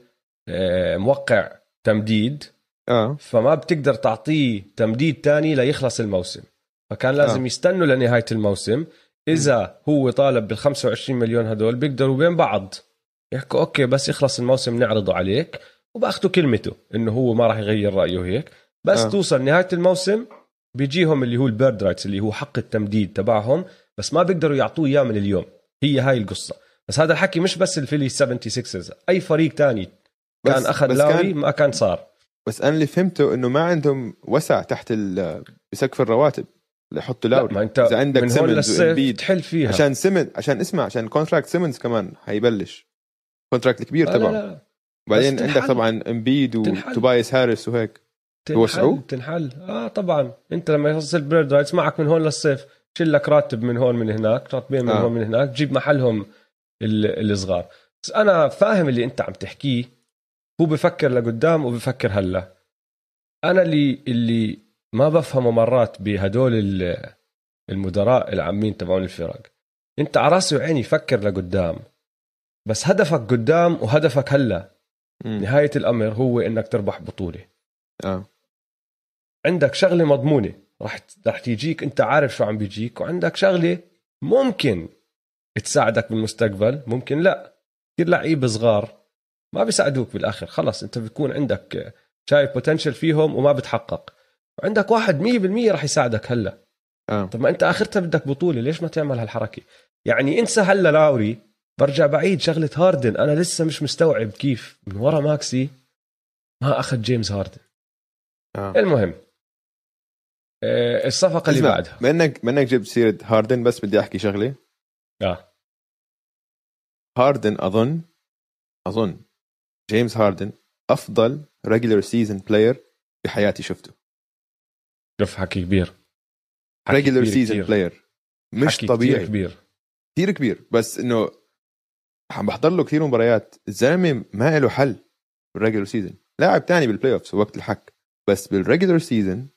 موقع تمديد. فما بتقدر تعطيه تمديد تاني ليخلص الموسم، فكان لازم يستنوا لنهاية الموسم. إذا هو طالب بال25 مليون هدول بيقدروا بين بعض يحكوا أوكي بس يخلص الموسم نعرضه عليك، وبأخذوا كلمته إنه هو ما راح يغير رأيه هيك. بس توصل نهاية الموسم بيجيهم اللي هو البيرد رايتس اللي هو حق التمديد تبعهم، بس ما بيقدروا يعطوه إياه من اليوم. هي هاي القصة. بس هذا الحكي مش بس الفيلي 76ers، أي فريق تاني كان أخذ لاوري ما كان صار. بس أنا اللي فهمته إنه ما عندهم وسع تحت بسقف الرواتب ليحطوا لاوري. ما انت إذا عندك من هون للصيف تحل فيها عشان كونتراكت سيمنز كمان هيبلش كونتراكت الكبير تبعه. وبعدين عندك طبعا امبيد وتوبايس هاريس وهيك تنحل طبعا. انت لما يوصل بيرد رايتس معك من هون للصيف شيل لك راتب من هون من هناك، راتبين من هون من هناك، جيب محلهم الصغار. بس انا فاهم اللي انت عم تحكيه، هو بفكر لقدام وبفكر هلا. انا اللي ما بفهمه مرات بهدول المدراء العامين تبعون الفرق، انت على راسي وعيني فكر لقدام، بس هدفك قدام وهدفك هلا. نهاية الأمر هو إنك تربح بطولة. عندك شغلة مضمونة رح تيجيك، انت عارف شو عم بيجيك، وعندك شغلة ممكن تساعدك بالمستقبل، ممكن لا. كثير لعيبة صغار ما بيساعدوك بالآخر، خلص انت بيكون عندك شايف بوتنشل فيهم وما بتحقق، وعندك واحد 100% رح يساعدك هلا. طب ما انت آخرتها بدك بطولة، ليش ما تعمل هالحركة؟ يعني انسى هلا لاوري، برجع بعيد شغلة هاردن. أنا لسه مش مستوعب كيف من ورا ماكسي ما أخذ جيمس هاردن. المهم الصفقة اللي بعدها، منك جبت سيرة هاردن، بس بدي أحكي شغلة. هاردن أظن جيمس هاردن أفضل ريجولر سيزن بلاير بحياتي شفته. شوف حكي كبير، ريجولر سيزن بلاير مش طبيعي، كتير كبير. بس إنه عم بحضر له كثير مباريات، الزلمه ما له حل بالريجولر سيزن. لاعب تاني بالبلاي اوفز وقت الحك، بس بالريجولر سيزن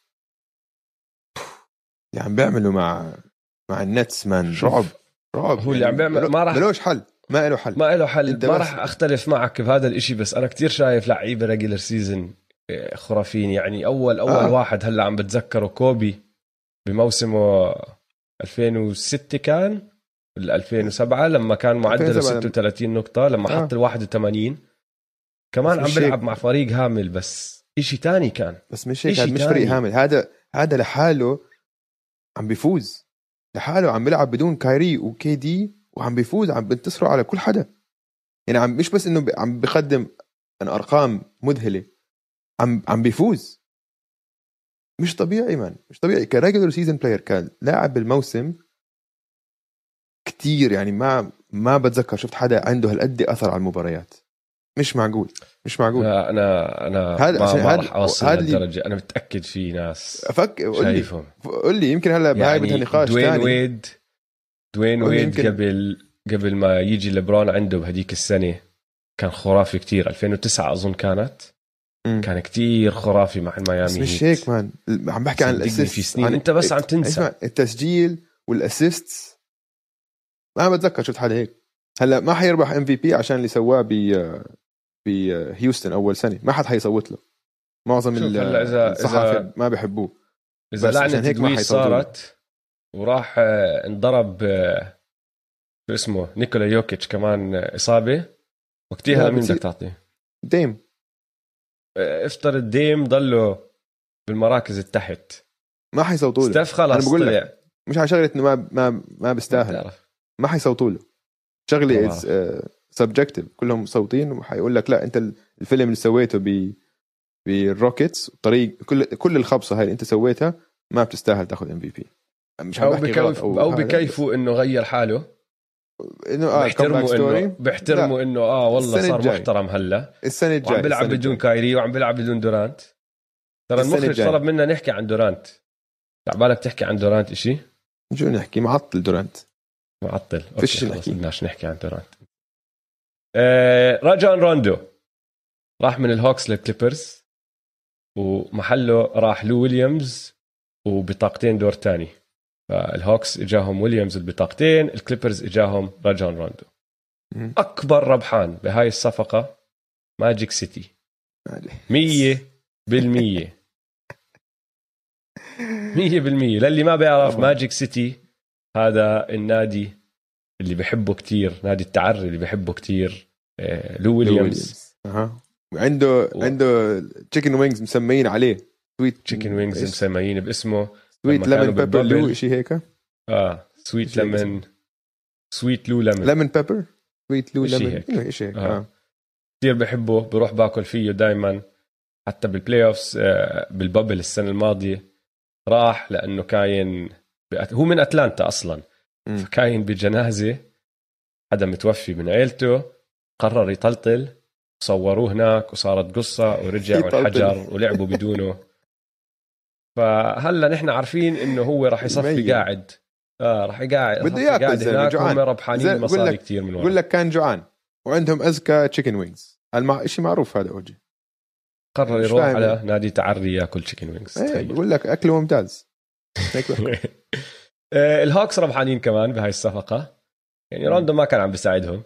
اللي عم بيعمله مع النتس مان رعب. هو اللي عم بيعمل ما راح ملوش حل، ما له حل. ما راح اختلف معك بهذا الاشي، بس انا كتير شايف لعيبه ريجولر سيزن خرافين. يعني اول واحد هلا عم بتذكره كوبي بموسمه 2006 كان 2007 لما كان معدله 36 نقطة لما حط 81. كمان عم بلعب مع فريق هامل، بس إشي تاني كان. بس مش هيك، هذا مش فريق هامل، هذا لحاله عم بيفوز لحاله، عم بيلعب بدون كايري وكي دي وعم بيفوز، عم بنتصروا على كل حدا. يعني مش بس إنه عم بيقدم أرقام مذهلة، عم بيفوز. مش طبيعي مان، مش طبيعي كريجولر سيزن بلاير. كان لاعب بالموسم كتير، يعني ما بتذكر شفت حدا عنده هالقد أثر على المباريات. مش معقول. لا انا ما راح اوصل لهالدرجه. انا متاكد في ناس شايفهم. قول لي يمكن هلا يعني بدها نقاش ثاني. دوين ويد قبل ما يجي لبرون عنده بهديك السنه كان خرافي كتير. 2009 اظن كان كتير خرافي مع الميامي. مش هيك مان، عم بحكي عن الاسيست في سنين. انت بس عم تنسى التسجيل والاسيست. ما بتذكر شفت حدا هيك. هلا ما حيربح MVP عشان اللي سواه بهيوستن اول سنه، ما حد حيصوت له. معظم الصحافه ما بيحبوه. اذا لعنه هيك ما صارت وراح انضرب اسمه نيكولا يوكيتش كمان إصابة وقتها مين بدك تعطيه؟ ديم. افترض ديم ضله بالمراكز التحت ما حيصوتوا له. ستاف خلاص أنا بقول طلع لك مش على شغلة إنه ما بيستاهل، ما حيصوتوا له. شغلة سبجكتيف، كلهم صوتين وحيقول لك لا أنت الفيلم اللي سويته بالروكيتس طريق كل الخبصة هاي اللي أنت سويتها ما بتستاهل تاخذ MVP. مش أو بكيفوا إنه غير حاله، إنه بيحترموا إنه والله صار محترم هلا السنة الجاية، وعم بيلعب بدون كايري وعم بيلعب بدون دورانت. ترى المخرج طلب منا نحكي عن دورانت. تعبالك تحكي عن دورانت إشي؟ شو نحكي؟ معطل دورانت معطل. فيش نحكي عن دورانت. راجون روندو راح من الهوكس للكليبرز ومحله راح لو ويليامز وبطاقتين دور تاني. فالهوكس اجاهم ويليامز البطاقتين، الكليبرز اجاهم راجون روندو. اكبر ربحان بهاي الصفقة ماجيك سيتي 100%. للي ما بيعرف طبعا. ماجيك سيتي هذا النادي اللي بحبه كتير، نادي التعري اللي بحبه كتير لو ويليامز. عنده تشيكن وينجز مسميين عليه، سويت تشيكن وينجز مسميين باسمه، سويت ليمون بيبر لو شيء هيك. سويت ليمون، سويت لو ليمون بيبر، سويت لو ليمون شيء هيك. كتير بحبه، بروح باكل فيه دايما. حتى بالبلاي اوفز بالبابل السنة الماضية راح لأنه كاين هو من أتلانتا أصلا، فكاين بجنازة حدا متوفي من عيلته، قرر يطلطل، صوروه هناك وصارت قصة ورجع والحجر ولعبوا بدونه. فهلا نحن عارفين إنه هو راح يصفي قاعد راح يقاعد بده ياكل هناك. هم ربحانين مصاري كتير من ورا. بقول لك كان جوعان وعندهم أزكى تشيكن وينجز، إشي معروف هذا. أوجي قرر يروح على نادي تعري ياكل تشيكن وينجز. بقول لك أكله ممتاز. الهوكس ربحانين كمان بهاي الصفقة. يعني روندو ما كان عم بيساعدهم،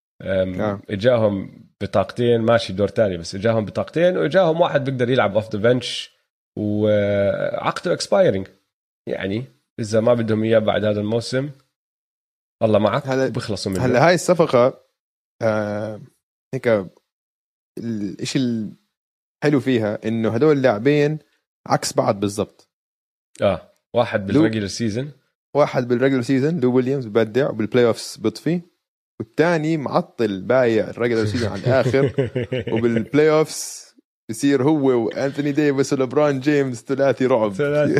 اجاهم بطاقتين ماشي دور تاني، بس اجاهم بطاقتين واجاهم واحد بيقدر يلعب اوف ذا بنش وعقده اكسبايرنج. يعني اذا ما بدهم اياه بعد هذا الموسم الله معك بيخلصوا منه. هلا هاي الصفقة هيك الاشي الحلو فيها انه هدول اللاعبين عكس بعض بالضبط. واحد بالريجولر سيزن لو ويليامز بدع وبالبلاي اوفز بطفي، والتاني معطل بايع الريجولر سيزن على الاخر وبالبلاي اوفز بصير هو وانثوني ديفيس ولبران جيمس ثلاثي رعب.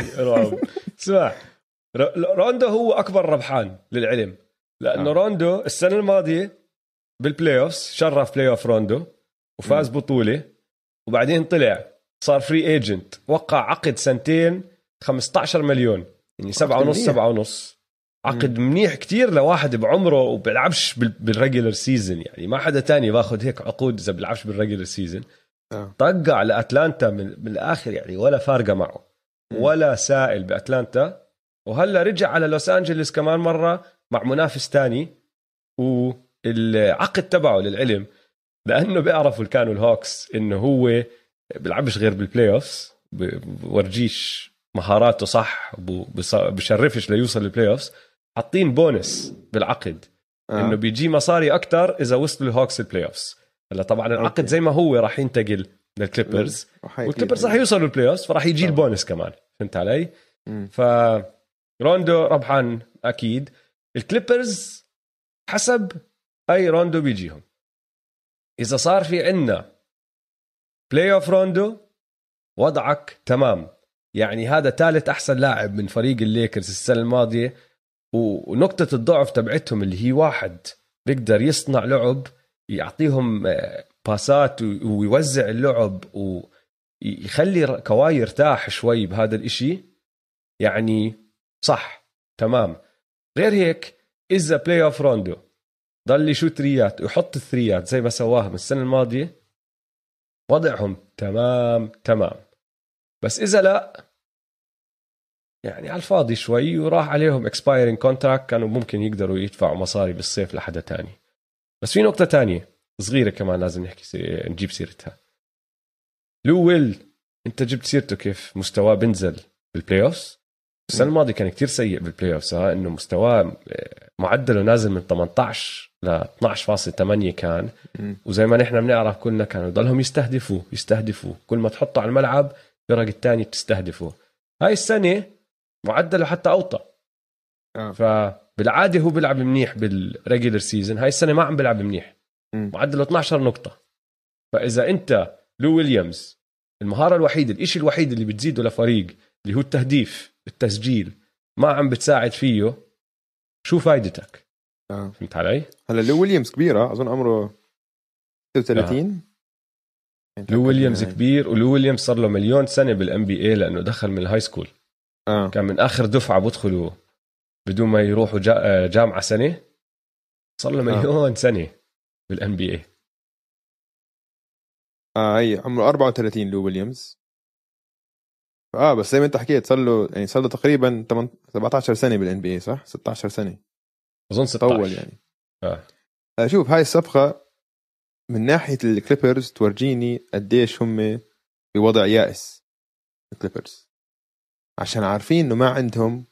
اسمع، روندو هو اكبر ربحان للعلم، لانه روندو السنه الماضيه بالبلاي اوفز شرف بلاي اوف روندو وفاز بطوله، وبعدين طلع صار فري ايجنت، وقع عقد سنتين 15 مليون، يعني 7.5 عقد منيح كتير لواحد بعمره وبيلعبش بالريجولر سيزن. يعني ما حدا تاني باخد هيك عقود إذا بيلعبش بالريجولر سيزن. طقع لأتلانتا من الآخر، يعني ولا فارقة معه ولا سائل بأتلانتا. وهلا رجع على لوس أنجلس كمان مرة مع منافس تاني، والعقد تبعه للعلم لأنه بيعرفوا كانوا الهوكس إنه هو بيلعبش غير بالبلاي أوفس، بورجيش مهاراته صح، بشرفش ليوصل للبلاي أوفس. حاطين بونس بالعقد إنه بيجي مصاري أكتر إذا وصلوا الهوكس البلاي أوفس. هلا طبعا العقد زي ما هو راح ينتقل للكليبرز، والكليبرز راح يوصلوا البلاي أوفس، فراح يجي البونس كمان. فهمت علي؟ فروندو ربحان أكيد. الكليبرز حسب أي روندو بيجيهم، إذا صار في عنا بلاي أوف روندو وضعك تمام. يعني هذا ثالث أحسن لاعب من فريق الليكرز السنة الماضية، ونقطة الضعف تبعتهم اللي هي واحد بيقدر يصنع لعب، يعطيهم باسات ويوزع اللعب ويخلي كواي يرتاح شوي بهذا الاشي. يعني صح تمام. غير هيك إذا بلاي أوف روندو ضل يشوت ثريات ويحط الثريات زي ما سواها من السنة الماضية، وضعهم تمام. بس إذا لا، يعني على الفاضي شوي، وراح عليهم expiring contract، كانوا ممكن يقدروا يدفعوا مصاري بالصيف لحدا تاني. بس في نقطة تانية صغيرة كمان لازم نجيب سيرتها. لو ويل انت جبت سيرته كيف مستواه بنزل بالبلاي اوفز، السنة الماضية كان كتير سيء بالبلاي اوف، انه مستواه معدله نازل من 18 ل 12.8 كان. وزي ما نحن بنعرف كلنا كانوا يضلهم يستهدفوا كل ما تحطه على الملعب الفرق الثانية بتستهدفه. هاي السنة معدله حتى أوطى. فبالعادة هو بيلعب منيح بالريجولر سيزن، هاي السنة ما عم بيلعب منيح، معدله 12 نقطة. فإذا أنت لو ويليامز المهارة الوحيدة، الإشي الوحيد اللي بتزيده لفريق اللي هو التهديف التسجيل ما عم بتساعد فيه، شو فايدتك؟ فهمت علي؟ هلا لو ويليامز كبيرة، أظن عمره 36. لو ويليامز كبير، ولو ويليامز صار له مليون سنة بالان بي اي لأنه دخل من الهاي سكول. كان من آخر دفعة بدخلوا بدون ما يروحوا جامعة سنة. صار له مليون سنة بالان بي اي. هي عمره 34 لو ويليامز. بس زي ما انت حكيت صار له تقريبا 17 سنة بالان بي اي، صح؟ 16 سنة أظن 16 طول يعني. شوف هاي الصفقة من ناحية الكليبرز تورجيني قديش هم بوضع يائس الكليبرز، عشان عارفين انه ما عندهم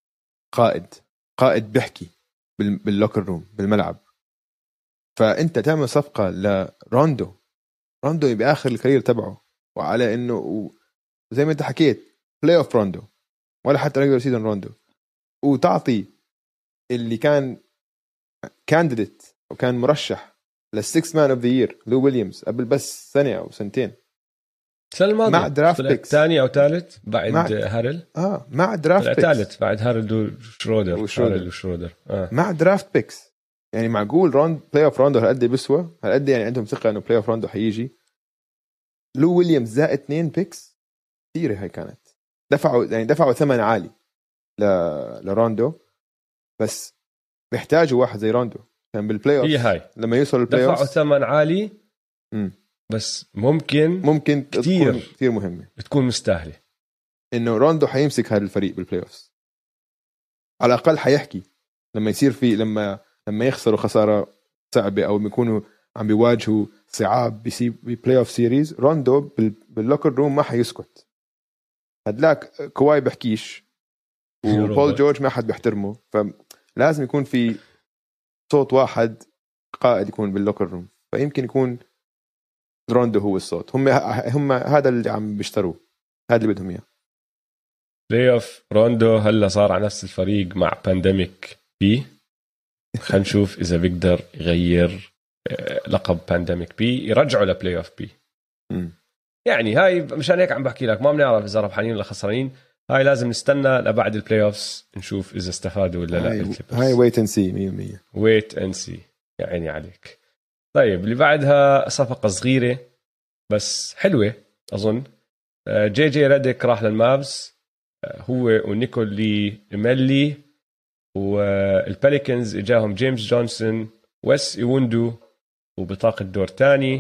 قائد بيحكي باللوكر روم بالملعب. فانت تعمل صفقة لروندو بآخر الكارير تبعه، وعلى انه زي ما انت حكيت بلاي اوف روندو ولا حتى ريجولر سيزون روندو، وتعطي اللي كان كانديديت وكان مرشح للسكس مان اوف ذا يير لو ويليامز قبل بس سنة او سنتين، السنة الماضية مع درافت بيكس ثاني او ثالث بعد هارل. مع درافت بيكس ثالث بعد هارل وشرودر. مع درافت بيكس. يعني معقول بلاي اوف روندو هالقد بيسوى؟ هالقد يعني عندهم ثقة انه بلاي اوف روندو حيجي؟ لو ويليامز زائد 2 بيكس كثيرة هاي كانت. دفعوا ثمن عالي لروندو، بس بيحتاجوا واحد زي روندو كان بالبلاي اوف. هي هاي لما يوصل البلاي اوف دفعوا ثمن عالي. بس ممكن كثير مهمة تكون مستاهلة انه روندو حيمسك هذا الفريق بالبلاي اوف. على الاقل حيحكي لما يصير في لما يخسروا خسارة صعبة او يكونوا عم بيواجهوا صعاب ببلاي اوف سيريز، روندو باللوكر روم ما حيسكت. هدلاك كواي بحكيش وبول جورج ما حد بيحترمه، فلازم يكون في صوت واحد قائد يكون باللوكر روم. فيمكن يكون روندو هو الصوت. هم هذا اللي عم بيشتروه، هذا اللي بدهم اياه. بلاي اوف روندو هلا صار على نفس الفريق مع بانديميك بي. خلينا نشوف اذا بيقدر يغير لقب بانديميك بي يرجعه لبلاي اوف بي. يعني هاي مشان هيك عم بحكي لك ما بنعرف اذا ربحانين ولا خسرانين. هاي لازم نستنى لبعد البلاي اوفز نشوف اذا استفادوا ولا لا. هاي ويت اند سي 100%. ويت اند سي يا عيني عليك. طيب اللي بعدها صفقة صغيرة بس حلوة أظن. جي ريديك راح للمابز، هو ونيكولي ميلي. والباليكنز اجاهم جيمس جونسون، ويس إيوندو وبطاقة دور تاني.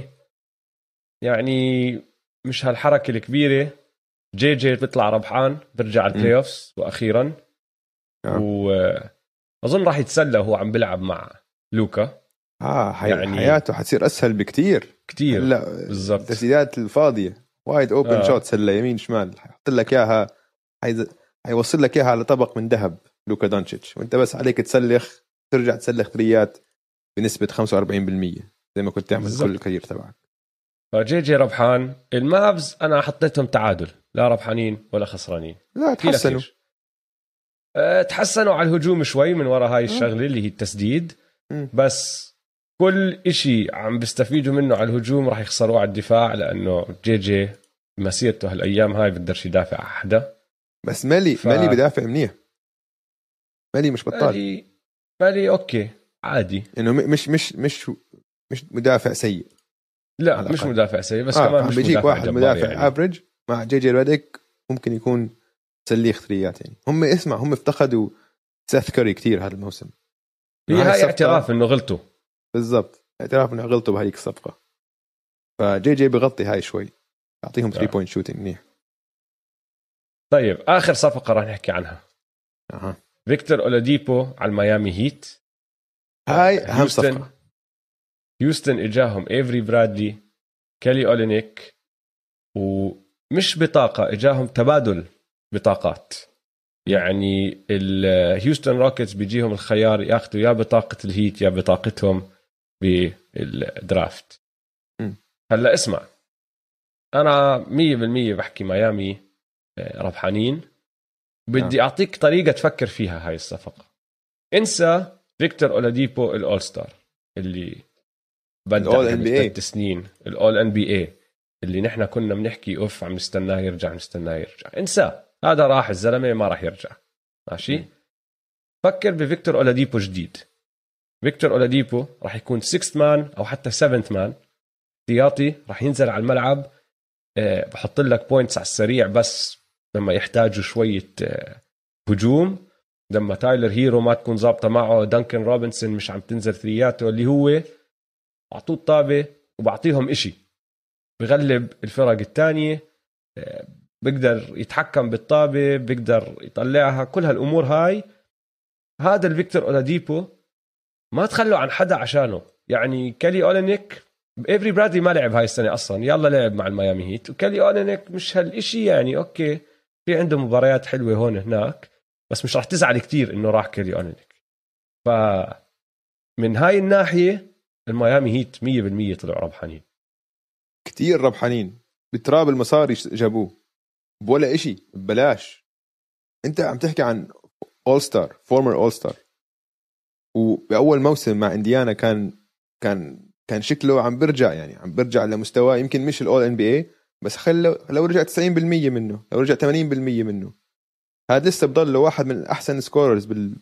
يعني مش هالحركة الكبيرة. جي بيطلع ربحان برجع البلاي اوفز واخيرا. واظن راح يتسلى وهو عم بيلعب مع لوكا. يعني حياته حتصير اسهل بكتير كتير. بالضبط. التسديدات الفاضيه وايد اوبن شوت هلا يمين شمال حيحط لك اياها، حيوصل لك اياها على طبق من ذهب لوكا دونتشيتش، وانت بس عليك ترجع تسلخ ثريات بنسبه 45% زي ما كنت تعمل كل الكارير تبعك. فجي ربحان. المابز انا حطيتهم تعادل، لا ربحانين ولا خسرانين. لا تحسنوا على الهجوم شوي من وراء هاي الشغله اللي هي التسديد. بس كل إشي عم بيستفيدوا منه على الهجوم راح يخسروه على الدفاع، لانه جي مسيرته هالايام هاي بقدرش يدافع على حدا. بس مالي بدافع منيح. مالي مش بطال. مالي اوكي عادي، انه مش مدافع سيء. لا مش مدافع سيء، بس كمان مش بيجيك واحد مدافع يعني. افريج مع جي ريديك ممكن يكون سليخ ثريات. يعني هم افتقدوا سيث كوري كتير هذا الموسم. هاي اعتراف انه غلطوا. بالضبط، اعتراف انه غلطوا بهذيك الصفقه. فجي بغطي هاي شوي، يعطيهم 3 بوينت شوتينج منيح. طيب اخر صفقه راح نحكي عنها. فيكتور اولاديبو على الميامي هيت. هاي اهم صفقه. هيوستن اجاهم ايفري برادلي، كيلي أولينيك، ومش بطاقه، اجاهم تبادل بطاقات. يعني الهيوستن روكيتس بيجيهم الخيار ياخذوا يا بطاقة الهيت يا بطاقتهم بالدرافت. هلا اسمع، أنا 100% بحكي ميامي ربحانين. بدي أعطيك طريقة تفكر فيها هاي الصفقة. انسى فيكتور أولاديبو الأول ستار اللي بدأ قبل 3 سنين، الأول NBA اللي نحن كنا بنحكي أوف عم نستناه يرجع انسى، هذا راح الزلمة ما راح يرجع. ماشي. فكر بفيكتور أولاديبو جديد. فيكتور أولاديبو راح يكون 6 مان أو حتى 7 مان احتياطي، راح ينزل على الملعب، بحط لك بوينتس على السريع بس لما يحتاجوا شوية هجوم، لما تايلر هيرو ما تكون ظابطة معه، دانكن روبنسون مش عم تنزل ثرياته اللي هو أعطوه الطابة وبعطيهم إشي بغلب الفرق التانية، بيقدر يتحكم بالطابة، بيقدر يطلعها، كل هالأمور هاي. هذا الفيكتور أولاديبو ما تخلوا عن حدا عشانه. يعني كالي أولينيك إيفري برادلي ما لعب هاي السنة أصلا، يلا لعب مع الميامي هيت، وكالي أولينيك مش هالإشي يعني أوكي في عنده مباريات حلوة هون هناك، بس مش راح تزعل كتير إنه راح كالي أولينيك. فمن هاي الناحية الميامي هيت 100% طلعوا ربحانين، كتير ربحانين بتراب المصاري جابوه ولا إشي ببلاش. أنت عم تحكي عن أول ستار، فورمر أول ستار، وبأول موسم مع إنديانا كان شكله عم برجع، يعني عم برجع لمستوى يمكن مش الأول NBA، بس لو رجع 90% منه، لو رجع 80% منه، هذا لسه بضل واحد من أحسن سكوررز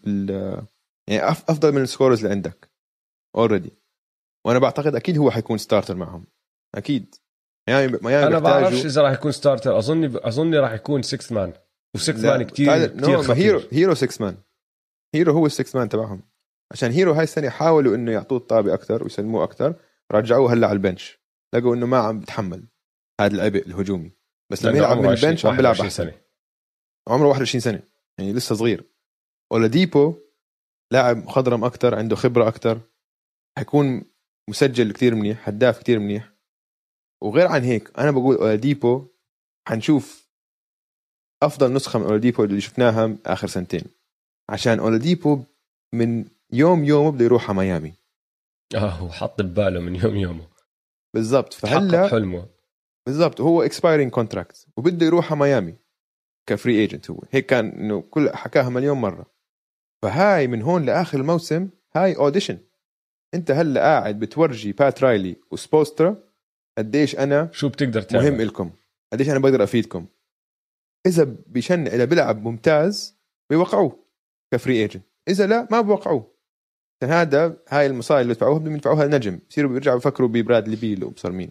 يعني أفضل من السكوررز اللي عندك already. وأنا بعتقد أكيد هو حيكون ستارتر معهم أكيد. يعني أنا بعرفش إذا راح يكون ستارتر، أظني راح يكون 6 مان، و6 مان كتير خطير. هيرو 6 مان، هيرو هو ال6 مان تبعهم، عشان هيرو هاي السنة حاولوا إنه يعطوه الطابة أكتر ويسلموه أكتر، رجعوه هلا على البنش، لقوا إنه ما عم بتحمل هذا العبء الهجومي، بس لما يلعب من البنش عم بيلعب أحسن. عمره 21 سنة يعني لسه صغير. أولاديبو لاعب مخضرم أكتر، عنده خبرة أكتر، حيكون مسجل كتير منيح، هداف كتير منيح. وغير عن هيك أنا بقول أولاديبو حنشوف أفضل نسخة من أولاديبو اللي شفناها آخر سنتين، عشان أولاديبو من يومه بده يروح على ميامي. وحط بباله من يومه بالضبط. فهلا حلمه بالضبط، هو اكسبايرينج كونتراكت وبده يروح على ميامي كفري ايجنت. هو هيك كان انه كل حكاها مليون مره. فهاي من هون لاخر الموسم هاي اوديشن. انت هلا قاعد بتورجي بات رايلي وسبوسترا قديش انا شو بتقدر تعمل، مهم لكم، قديش انا بقدر افيدكم. اذا بيلعب ممتاز بيوقعوه كفري ايجنت، اذا لا ما بوقعوه. هاي المصاري اللي بدفعوها بدهم يدفعوها النجم، بصيروا بيرجعوا يفكروا ببرادلي بيل وبصر مين.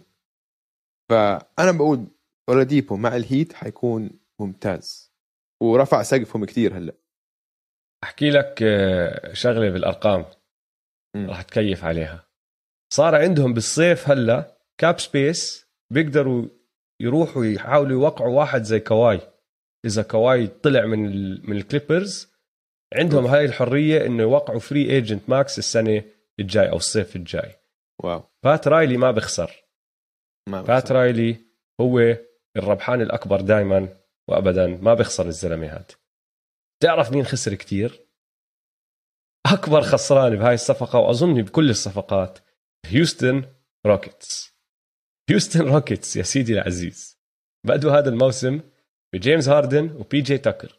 فانا بقول أولاديبو مع الهيت حيكون ممتاز ورفع سقفهم كتير. هلا احكي لك شغله بالارقام راح تكيف عليها. صار عندهم بالصيف هلا كاب سبيس، بيقدروا يروحوا يحاولوا يوقعوا واحد زي كواي. اذا كواي طلع من الكليبرز عندهم هاي الحريه انه يوقعوا فري ايجنت ماكس السنه الجاي او الصيف الجاي. واو. بات رايلي ما بخسر. بات رايلي هو الربحان الأكبر دايما وأبدا، ما بيخسر الزلمة هاد. تعرف مين خسر كتير؟ أكبر خسران بهاي الصفقة وأظن بكل الصفقات هيوستن روكيتس. هيوستن روكيتس يا سيدي العزيز بدوا هذا الموسم بجيمس هاردن وبي جي تاكر.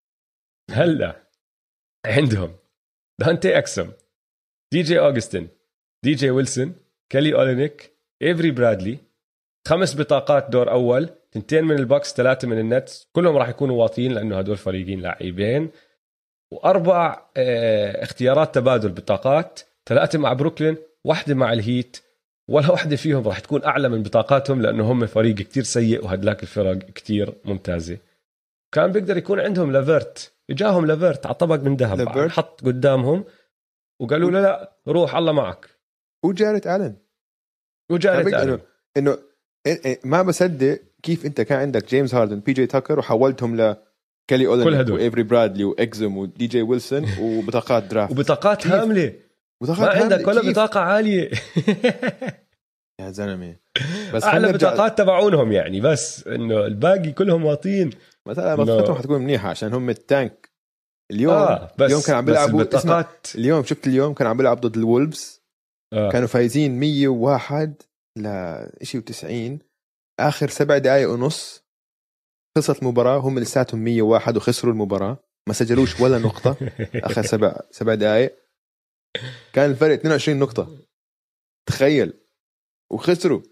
هلا عندهم دانتي أكسم، دي جي أوغستين، دي جي ويلسون، كالي أولينيك، إيفري برادلي، 5 بطاقات دور أول، 2 من البوكس، 3 من النتس، كلهم راح يكونوا واطيين لأنه هدول فريقين لاعبين، و4 اختيارات تبادل بطاقات، 3 مع بروكلين، 1 مع الهيت، ولا واحدة فيهم راح تكون أعلى من بطاقاتهم لأنه هم فريق كتير سيء وهدلاك الفرق كتير ممتازة. كان بيقدر يكون عندهم لافيرت، إجاهم لافيرت على طبق من ذهب، حط قدامهم وقالوا له لا روح الله معك. وجاريت آلن إنه ما بصدق كيف انت كان عندك جيمس هاردن بي جي تاكر وحولتهم لكالي أولينيك وإيفري برادلي وإكزم ودي جي ويلسون وبطاقات درافت وبطاقات هاملة. ما عندك ولا بطاقة عالية يا زلمة. بس أعلى بطاقات تبعونهم يعني، بس إنه الباقي كلهم واطين. مثلا بطاقتهم حتكون منيحه عشان هم التانك اليوم. بس اليوم كانوا عم بيلعبوا اليوم شفت اليوم كانوا عم بيلعبوا ضد الولفز. كانوا فايزين 101 لشيء و90. اخر 7 دقائق ونص خلصت المباراه، هم لساتهم 101 وخسروا المباراه، ما سجلوش ولا نقطه. اخر 7 دقائق كان الفرق 22 نقطه، تخيل، وخسروا.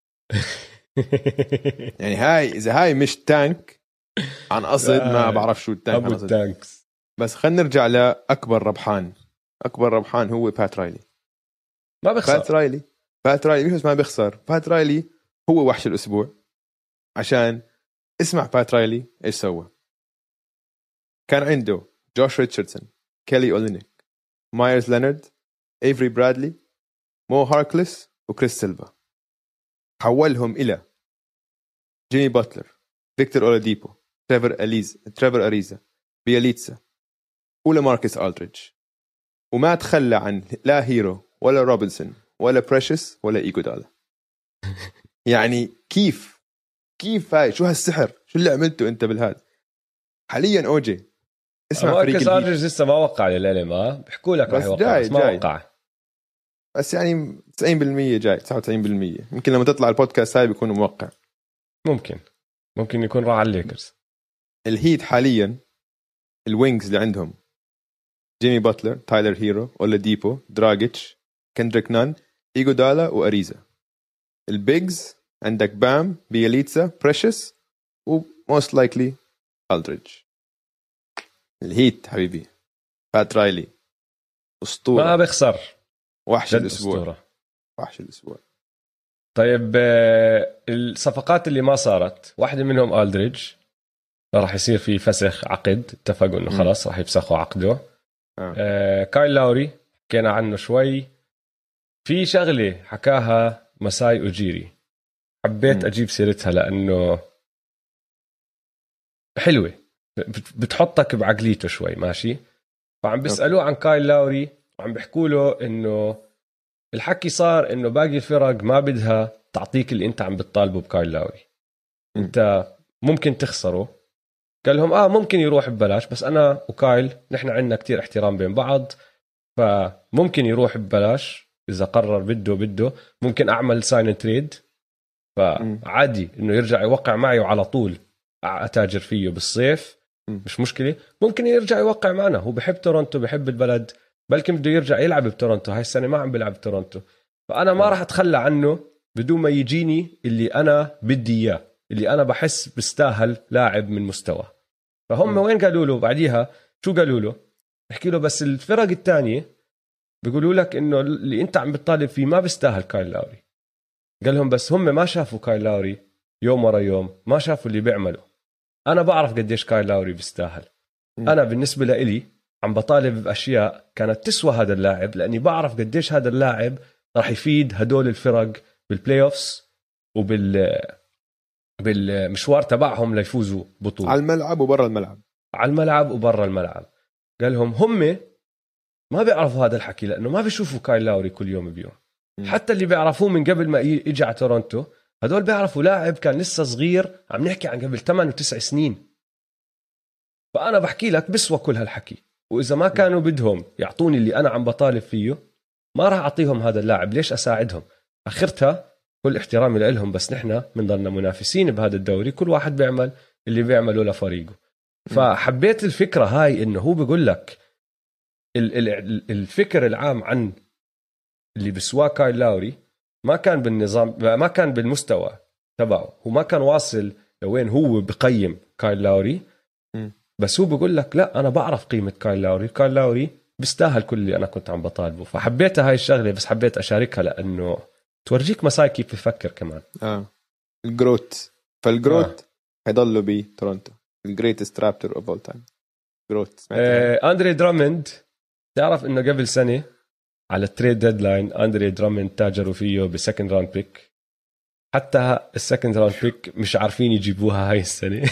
يعني اذا هاي مش تانك عن قصد ما بعرف شو التانك عن قصد. بس خلينا نرجع لاكبر ربحان. اكبر ربحان هو بات رايلي. ما بيخسر بات رايلي مش بس ما بيخسر، بات رايلي هو وحش الاسبوع. عشان اسمع بات رايلي ايش سوى. كان عنده جوش ريتشاردسون، كيلي أولينيك، مايرز لينارد، ايفري برادلي، مو هاركلس وكريس سيلفا. حولهم الى جيمي باتلر، فيكتور أولاديبو، تريفر أريزا، بياليتسا، ولا ماركس ألدريدج. وما تخلى عن لا هيرو ولا روبنسون ولا بريشس ولا إيغودالا. يعني كيف هاي؟ شو هالسحر؟ شو اللي عملته انت بالهاد حاليا اوجي؟ اسمع فريق ماركس ألدريدج لسه ما وقع للعلم. بيحكوا لك راح يوقع بس ما وقع. بس يعني 90% جاي، 99% يمكن لما تطلع البودكاست هاي بيكون موقع. ممكن يكون راح على الليكرز. الهيت حاليا الوينجز اللي عندهم جيمي باتلر، تايلر هيرو، أولاديبو، دراجيتش، كندريك نان، إيغودالا وأريزا. البيجز عندك بام، بياليتسا، بريشس، وموست لايكلي ألدريدج. الهيت حبيبي بات رايلي أسطورة، ما بيخسر، وحش الأسبوع. وحش الأسبوع. طيب الصفقات اللي ما صارت، واحدة منهم ألدريدج راح يصير في فسخ عقد، اتفقوا انه خلاص راح يفسخوا عقده. كايل لاوري حكينا عنه شوي. في شغلة حكاها مساي أوجيري حبيت أجيب سيرتها لأنه حلوة، بتحطك بعقليته شوي ماشي. فعم بيسألوه عن كايل لاوري وعم بيحكوا له إنه الحكي صار إنه باقي الفرق ما بدها تعطيك اللي أنت عم بتطالبه بكايل لاوري. أنت ممكن تخسره. قال لهم ممكن يروح ببلاش، بس أنا وكايل نحن عندنا كتير احترام بين بعض، فممكن يروح ببلاش إذا قرر بده ممكن أعمل ساين تريد، فعادي إنه يرجع يوقع معي وعلى طول أتاجر فيه بالصيف، مش مشكلة. ممكن يرجع يوقع معنا، هو بحب تورنتو، بحب البلد، بلكي بده يرجع يلعب بتورنتو. هاي السنة ما عم بيلعب بتورنتو، فأنا ما راح أتخلى عنه بدون ما يجيني اللي أنا بدي إياه، اللي أنا بحس بستاهل لاعب من مستوى. فهم وين قالوا له بعديها؟ شو قالوا له؟ احكي له بس الفرق الثانية بيقولوا لك إنه اللي أنت عم بتطالب فيه ما بيستاهل كايل لاوري. قال لهم بس هم ما شافوا كايل لاوري يوم ورا يوم، ما شافوا اللي بيعمله. أنا بعرف قديش كايل لاوري بيستاهل. أنا بالنسبة لإلي عم بطالب بأشياء كانت تسوى هذا اللاعب، لأني بعرف قديش هذا اللاعب راح يفيد هدول الفرق بالبلاي أوفس بالمشوار تبعهم ليفوزوا بطولة على الملعب وبرا الملعب. على الملعب وبرا الملعب. قال لهم هم ما بيعرفوا هذا الحكي لأنه ما بيشوفوا كايل لاوري كل يوم بيوم. حتى اللي بيعرفوه من قبل ما يجي على تورنتو هدول بيعرفوا لاعب كان لسه صغير، عم نحكي عن قبل 8 و9 سنين. فأنا بحكي لك بسوى كل هالحكي، وإذا ما كانوا بدهم يعطوني اللي أنا عم بطالب فيه ما راح أعطيهم هذا اللاعب. ليش أساعدهم؟ آخرتها كل احترامي لهم، بس نحن بنضلنا منافسين بهذا الدوري، كل واحد بيعمل اللي بيعمله لفريقه. فحبيت الفكرة هاي، إنه هو بيقول لك الفكر العام عن اللي بسواه كايل لاوري ما كان بالنظام، ما كان بالمستوى تبعه، هو ما كان واصل لوين هو بقيم كايل لاوري. بس هو بيقول لك لا، أنا بعرف قيمة كايل لاوري، كايل لاوري بيستاهل كل اللي أنا كنت عم بطالبه. فحبيتها هاي الشغلة، بس حبيت أشاركها لأنه تورجيك مساي كيف بفكر كمان. الجروت. فالجروت هيضلوا بتورنتو. الجريتست رابتر اوف اول تايم جروت. أندري درامند، تعرف إنه قبل سنة على التريد ديدلاين أندري درامند تاجروا فيه بسكند راوند بيك. حتى السكند راوند بيك مش عارفين يجيبوها هاي السنة.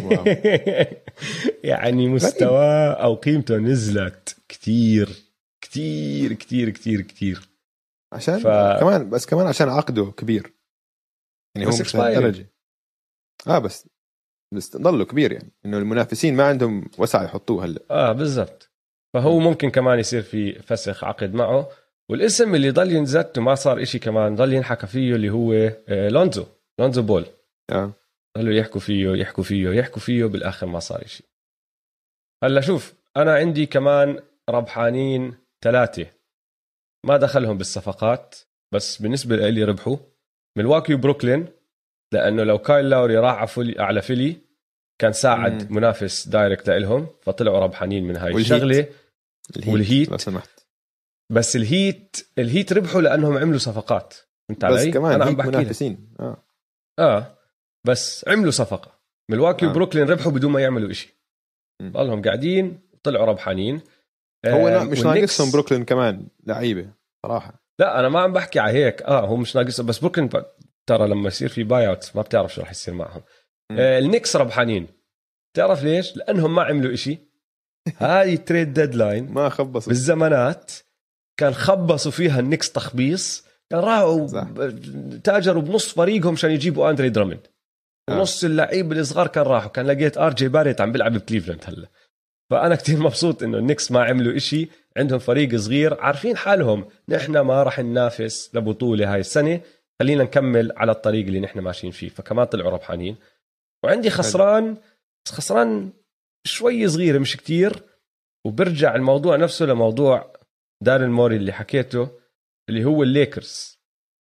يعني مستوى أو قيمته نزلت كتير كتير كتير كتير كتير. عشان كمان عشان عقده كبير، يعني هو مش لهالدرجة. بس بس ضلوا كبير يعني انه المنافسين ما عندهم وسع يحطوه هلا. بالضبط. فهو ممكن كمان يصير في فسخ عقد معه. والاسم اللي ضل ينزت وما صار إشي كمان ضل ينحكى فيه اللي هو لونزو بول. قالوا يحكوا فيه بالآخر ما صار إشي. هلا شوف أنا عندي كمان ربحانين 3 ما دخلهم بالصفقات بس بالنسبة لي ربحوا ميلواكي وبروكلين لأنه لو كايل لاوري راح على فيلي كان ساعد منافس دايركت لهم فطلعوا ربحانين من هاي الشغلة. والهيت لو سمحت. بس الهيت ربحوا لأنهم عملوا صفقات. انت بس علي؟ كمان أنا عم بحكي منافسين بس عملوا صفقة. ميلواكي وبروكلين ربحوا بدون ما يعملوا إشي ضلهم قاعدين وطلعوا ربحانين. هو مش ناقصهم بروكلين كمان لعيبة صراحة. لا أنا ما عم بحكي على هيك هو مش ناقص بس بروكلين ترى لما يصير في باي اوت ما بتعرف شو رح يصير معهم. النكس ربحانين تعرف ليش؟ لأنهم ما عملوا إشي. هاي تريد ديدلاين ما خبصوا بالزمانات كان خبصوا فيها النكس تخبيص كان راحوا تاجروا بنص فريقهم عشان يجيبوا أندري درامند ونص اللعيب الصغار كان راحوا كان لقيت RJ باريت عم بيلعب بكليفلاند هلا. فأنا كتير مبسوط إنه النكس ما عملوا إشي عندهم فريق صغير عارفين حالهم نحن ما راح ننافس لبطولة هاي السنة خلينا نكمل على الطريق اللي نحن ماشيين فيه فكمان طلعوا ربحانين. وعندي خسران شوي صغيرة مش كتير وبرجع الموضوع نفسه لموضوع دارين موري اللي حكيته اللي هو الليكرز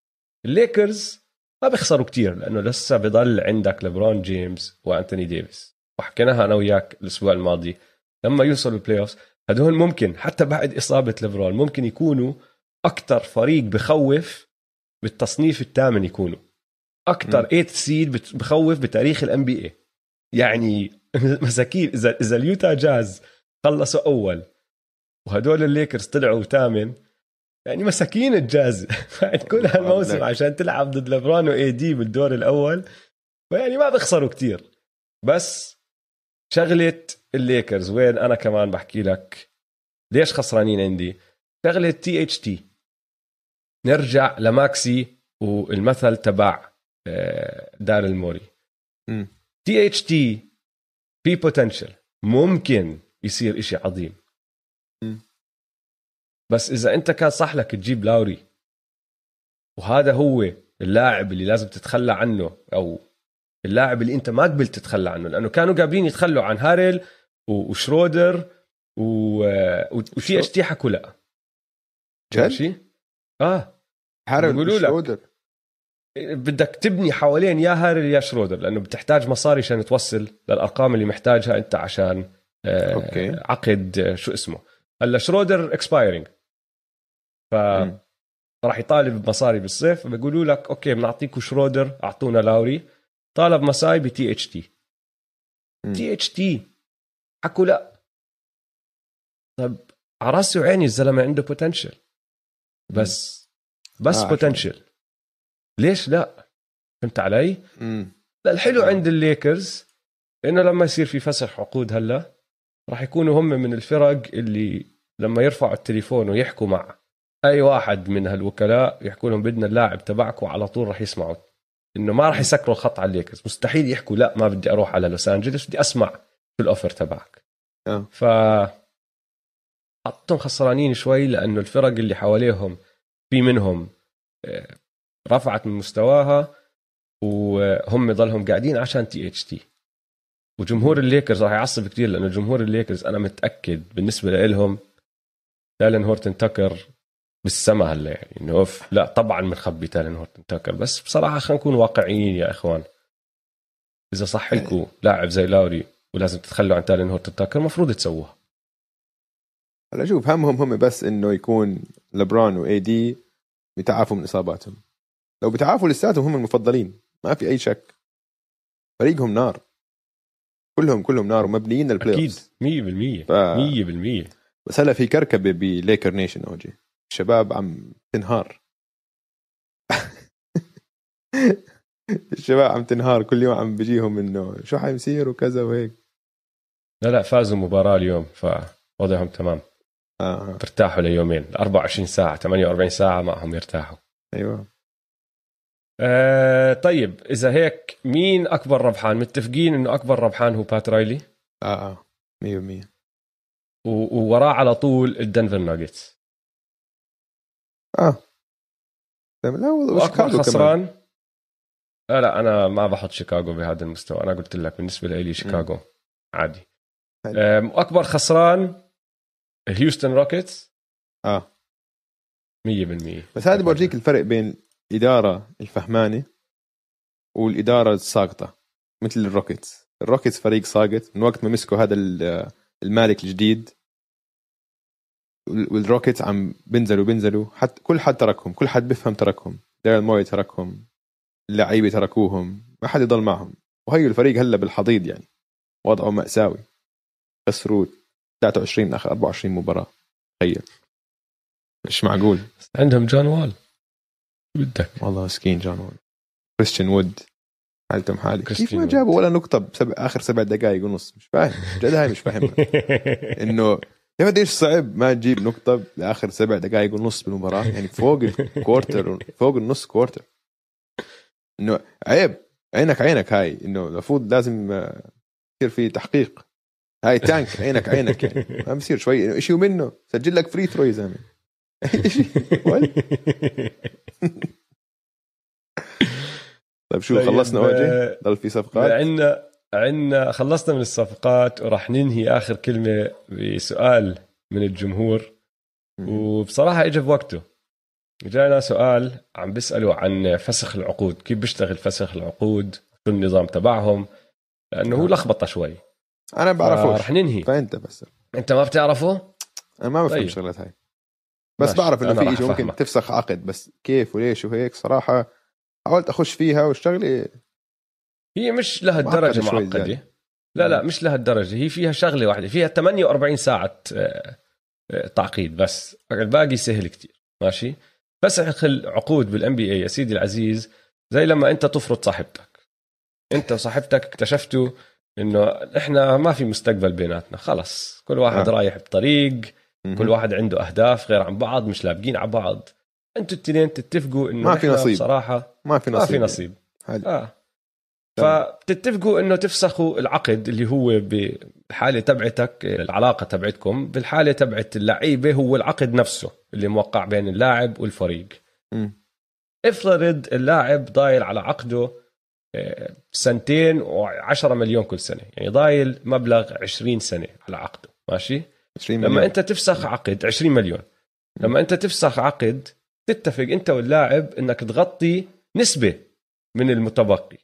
ما بيخسروا كتير لأنه لسه بيضل عندك لبرون جيمس وأنتوني ديفيس وحكيناها أنا وياك الأسبوع الماضي لما يوصلوا البلاي أوفس هدول ممكن حتى بعد إصابة لبرون ممكن يكونوا أكتر فريق بخوف بالتصنيف الثامن يكونوا أكتر 8 سيد بخوف بتاريخ NBA يعني مساكين إذا اليوتا جاز خلصوا أول وهدول الليكرز طلعوا ثامن يعني مساكين الجاز بعد كل هالموسم عشان تلعب ضد لبران وAD بالدور الأول فيعني ما بيخسروا كتير. بس شغلة الليكرز وين أنا كمان بحكي لك ليش خسرانين عندي شغلة THT. نرجع لماكسي والمثل تبع دار الموري. THT في potential ممكن يصير إشي عظيم بس إذا أنت كان صح لك تجيب لاوري وهذا هو اللاعب اللي لازم تتخلى عنه أو اللاعب اللي أنت ما قبلت تتخلى عنه لأنه كانوا قابلين يتخلوا عن هاريل وشرودر وتي اتش تي حكوا لا ماشي هاريل وشرودر بدك تبني حوالين يا هاريل يا شرودر لأنه بتحتاج مصاري عشان توصل للأرقام اللي محتاجها أنت عشان عقد شو اسمه هلا شرودر اكسبايرنج راح يطالب بمصاري بالصيف بيقولوا لك اوكي بنعطيكوا شرودر اعطونا لاوري طالب مصاري بتي اتش تي حكوا لا. طب على راسي وعيني الزلمه عنده بوتنشل بس بوتنشل ليش لا فهمت علي؟ الحلو عند الليكرز انه لما يصير في فسخ عقود هلا راح يكونوا هم من الفرق اللي لما يرفعوا التليفون ويحكوا مع اي واحد من هالوكلاء يحكوا لهم بدنا اللاعب تبعكم على طول راح يسمعوا انه ما راح يسكروا الخط على الليكرز مستحيل يحكوا لا ما بدي اروح على لوس انجلوس بدي اسمع في الاوفر تبعك. ف حطهم خسرانين شوي لانه الفرق اللي حواليهم في منهم رفعت من مستواها وهم ضلهم قاعدين عشان تي اتش تي. وجمهور الليكرز راح يعصب كتير لانه جمهور الليكرز انا متاكد بالنسبه لهم تالن هورتن تاكر بالسما هلا يعني انه لا طبعا بنخبي تالن هورتن تاكر بس بصراحه خلينا نكون واقعيين يا اخوان اذا صح لكم لاعب زي لاوري ولازم تتخلوا عن تالن هورتن تاكر مفروض تسووها. هلا شوف هم بس انه يكون لبران واي دي بيتعافوا من اصاباتهم لو بيتعافوا لساتهم هم المفضلين ما في اي شك فريقهم نار كلهم نار ومبنيين للبلاي اوف 100% بس هلا في كركبه بليكر نيشن اوجي الشباب عم تنهار الشباب عم تنهار كل يوم عم بيجيهم انه شو حيصير وكذا وهيك. لا فازوا مباراة اليوم فوضعهم تمام ترتاحوا ليومين 24 ساعة 48 ساعة معهم يرتاحوا. ايوه طيب إذا هيك مين أكبر ربحان؟ متفقين إنه أكبر ربحان هو بات رايلي 100%. ووراه على طول الدنفر ناجتس. لا وأكبر خسران لا أنا ما بحط شيكاغو بهذا المستوى. أنا قلت لك بالنسبة لي شيكاغو عادي. أكبر خسران الهيوستن روكيتس 100%. بس هذا بورجيك الفرق بين إدارة الفهمانة والإدارة الساقطة. مثل الروكيتس فريق ساقط من وقت ما مسكوا هذا المالك الجديد، والروكيتس عم بنزلوا حتى كل حد تركهم، كل حد بفهم تركهم، ديرل موي تركهم، اللعيبة تركوهم، ما حد يضل معهم. وهي الفريق هلا بالحضيض يعني وضعه مأساوي، خسروا 23 آخر 24 مباراة. تخيل مش معقول. عندهم جون وول بدك والله مسكين جون وول. كريستيان وود حالتهم حالي. كيف ما جابوا ولا نقطة آخر 7 دقائق ونص؟ مش فاهم جد، هاي مش فاهم إنه كيف قديش صعب ما تجيب نقطة لآخر 7 دقائق ونص بالمباراة، يعني فوق الكوارتر، فوق النص كوارتر. إنه عيب، عينك هاي، إنه المفروض لازم يصير في تحقيق. هاي تانك، عينك يعني ما بصير شوي إشي ومنه سجل لك فري ثرو يا زلمة. طيب شو خلصنا واجه؟ ضل في صفقات؟ عندنا خلصنا من الصفقات، وراح ننهي آخر كلمة بسؤال من الجمهور. وبصراحة إجا بوقته. جانا سؤال عم بيسألوا عن فسخ العقود، كيف بيشتغل فسخ العقود، شو النظام تبعهم، لأنه هو لخبطة شوي. أنا بعرفوش. رح ننهي. فأنت بس أنت ما بتعرفه؟ أنا ما بفهم الشغلات هاي، بس بعرف إنه في شيء ممكن تفسخ عقد، بس كيف وليش وهيك صراحة حاولت أخش فيها والشغلة هي مش لهالدرجة معقدة. لا مش لهالدرجة. هي فيها شغلة واحدة، فيها 48 ساعة تعقيد بس، الباقي سهل كتير. ماشي. فسخ العقود بالان بي اي يا سيدي العزيز زي لما انت تفرض صاحبتك. انت وصاحبتك اكتشفتوا انه احنا ما في مستقبل بيناتنا، خلص كل واحد رايح بطريق، كل واحد عنده اهداف غير عن بعض، مش لابقين على بعض. انتوا التنين تتفقوا انه ما في نصيب بصراحة ما في نصيب. فبتتفقوا انه تفسخوا العقد اللي هو بالحاله تبعتك، العلاقه تبعتكم بالحاله تبعت اللعيبه هو العقد نفسه اللي موقع بين اللاعب والفريق. افرض اللاعب ضايل على عقده 2 و10 مليون كل سنه، يعني ضايل مبلغ 20 سنه على عقده. ماشي. 20 لما انت تفسخ عقد 20 مليون، لما انت تفسخ عقد تتفق انت واللاعب انك تغطي نسبه من المتبقي.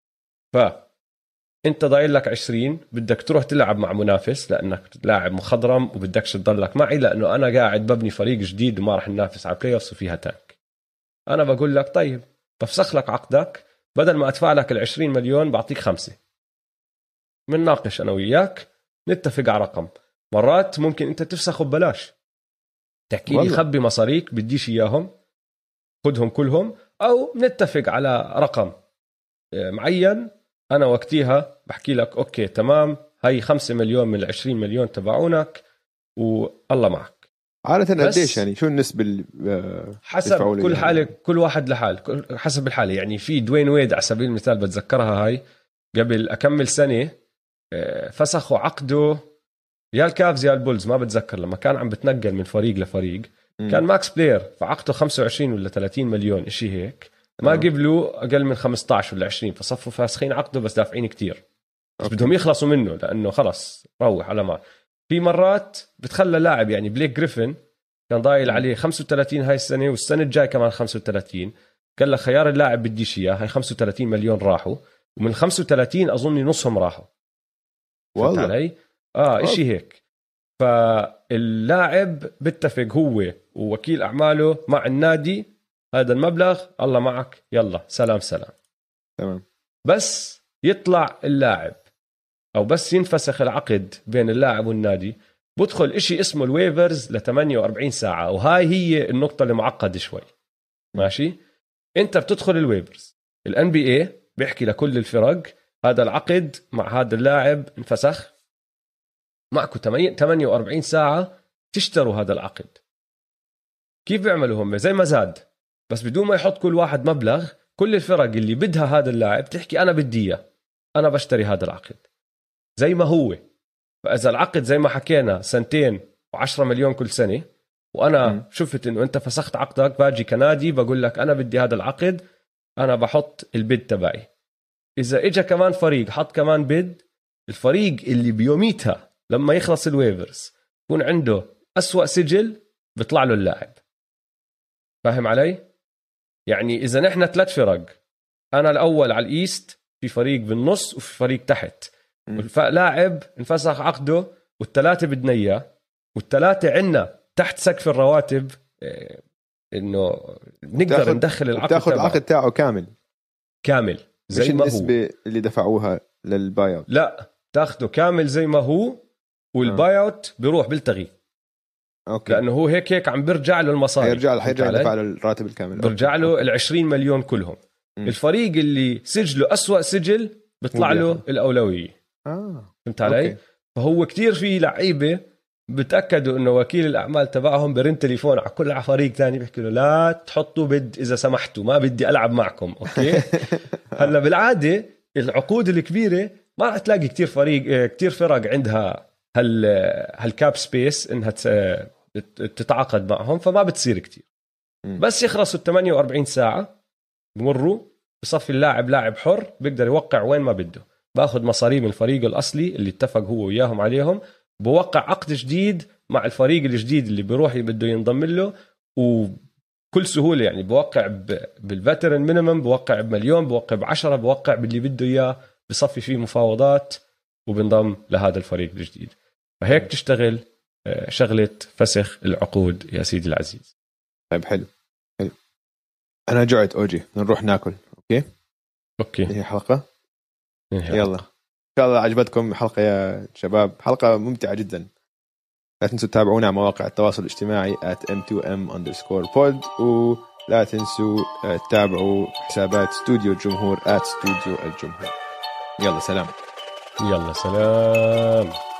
فأنت ضايل لك 20، بدك تروح تلعب مع منافس لأنك لاعب مخضرم وبدكش تضلك معي لأنه أنا قاعد ببني فريق جديد وما رح ننافس على بلاي أوفس وفيها تانك. أنا بقول لك طيب بفسخ لك عقدك، بدل ما أدفع لك 20 مليون بعطيك 5. منناقش أنا وياك، نتفق على رقم. مرات ممكن أنت تفسخه ببلاش، تحكي لي خبي مصاريك بديش إياهم، خدهم كلهم، أو نتفق على رقم معين. أنا وقتها بحكي لك أوكي تمام، هاي 5 مليون من 20 مليون تبعونك والله معك. عادة قديش يعني شو النسبة حسب كل يعني حالة، كل واحد لحال، حسب الحالة. يعني في دوين ويد على سبيل المثال بتذكرها، هاي قبل أكمل سنة فسخوا عقده يا الكافز يا البولز، ما بتذكر، لما كان عم بتنقل من فريق لفريق. كان ماكس بلاير فعقده 25 ولا 30 مليون إشي هيك، ما قبلوا أقل من 15 ولا 20، فصفوا فاسخين عقده بس دافعين كتير، بس بدهم يخلصوا منه لأنه خلص روح على ما. في مرات بتخلى لاعب، يعني بليك جريفن كان ضايل عليه 35 هاي السنة والسنة الجاي كمان 35، قال له خيار اللاعب بديش إياه، هاي 35 مليون راحوا، ومن 35 أظني نصهم راحوا. والله علي إشي هيك. فاللاعب بتفق هو ووكيل أعماله مع النادي، هذا المبلغ الله معك، يلا سلام سلام تمام. بس يطلع اللاعب أو بس ينفسخ العقد بين اللاعب والنادي، بدخل إشي اسمه الويفرز ل 48 ساعة، وهاي هي النقطة اللي معقد شوي. ماشي. أنت بتدخل الويفرز، الان بي اي بيحكي لكل الفرق هذا العقد مع هذا اللاعب انفسخ، معكم 48 ساعة تشتروا هذا العقد. كيف بيعملوا هم؟ زي ما زاد، بس بدون ما يحط كل واحد مبلغ، كل الفرق اللي بدها هذا اللاعب تحكي أنا بدي إياه، أنا بشتري هذا العقد زي ما هو. فإذا العقد زي ما حكينا 2 و10 مليون كل سنة، وأنا شفت إنه أنت فسخت عقدك، باجي كنادي بقول لك أنا بدي هذا العقد، أنا بحط البيد تبعي. إذا إجا كمان فريق حط كمان بيد، الفريق اللي بيوميتها لما يخلص الويفرز يكون عنده أسوأ سجل بيطلع له اللاعب. فاهم علي؟ يعني إذا نحن 3 فرق، أنا الأول على الإيست، في فريق بالنص وفي فريق تحت، لاعب انفسخ عقده وال3 بدنا إياه، وال3 عنا تحت سقف الرواتب، إنه نقدر ندخل العقد، تاخذ العقد تاعه كامل زي مش ما هو. النسبة اللي دفعوها للباي اوت، لا، تاخده كامل زي ما هو، والباي اوت بيروح بيلتغي. اوكي، لانه هو هيك عم بيرجع له المصاري، هيرجع يدفع له الراتب الكامل، بيرجع له ال20 مليون كلهم. الفريق اللي سجله أسوأ سجل بيطلع له الأولوية. فهمت علي؟ أوكي. فهو كتير في لعيبة بتأكدوا انه وكيل الأعمال تبعهم برن تليفون على كل فريق ثاني بيحكي له لا تحطوا بد إذا سمحتوا، ما بدي ألعب معكم. أوكي. هلا بالعادة العقود الكبيرة ما رح تلاقي كتير فرق عندها هالكاب سبيس انها تتعاقد معهم، فما بتصير كتير. بس يخلصوا 48 ساعة بمروا بصفي اللاعب لاعب حر، بيقدر يوقع وين ما بده، باخذ مصاري من الفريق الأصلي اللي اتفق هو وياهم عليهم، بوقع عقد جديد مع الفريق الجديد اللي بيروح بده ينضم له، وكل سهولة يعني بوقع بالفاترن مينيمم، بوقع بمليون، بوقع ب10، بوقع باللي بده إياه، بصفي فيه مفاوضات وبنضم لهذا الفريق الجديد. فهيك تشتغل شغلة فسخ العقود يا سيدي العزيز. طيب حلو. أنا جعت أوجي، نروح ناكل. أوكي. هي حلقة. يلا. إن شاء الله عجبتكم الحلقة يا شباب، حلقة ممتعة جدا. لا تنسوا تتابعونا على مواقع التواصل الاجتماعي @m2m_pod، ولا تنسوا تتابعوا حسابات استوديو الجمهور @استوديو الجمهور. يلا سلام. يلا سلام.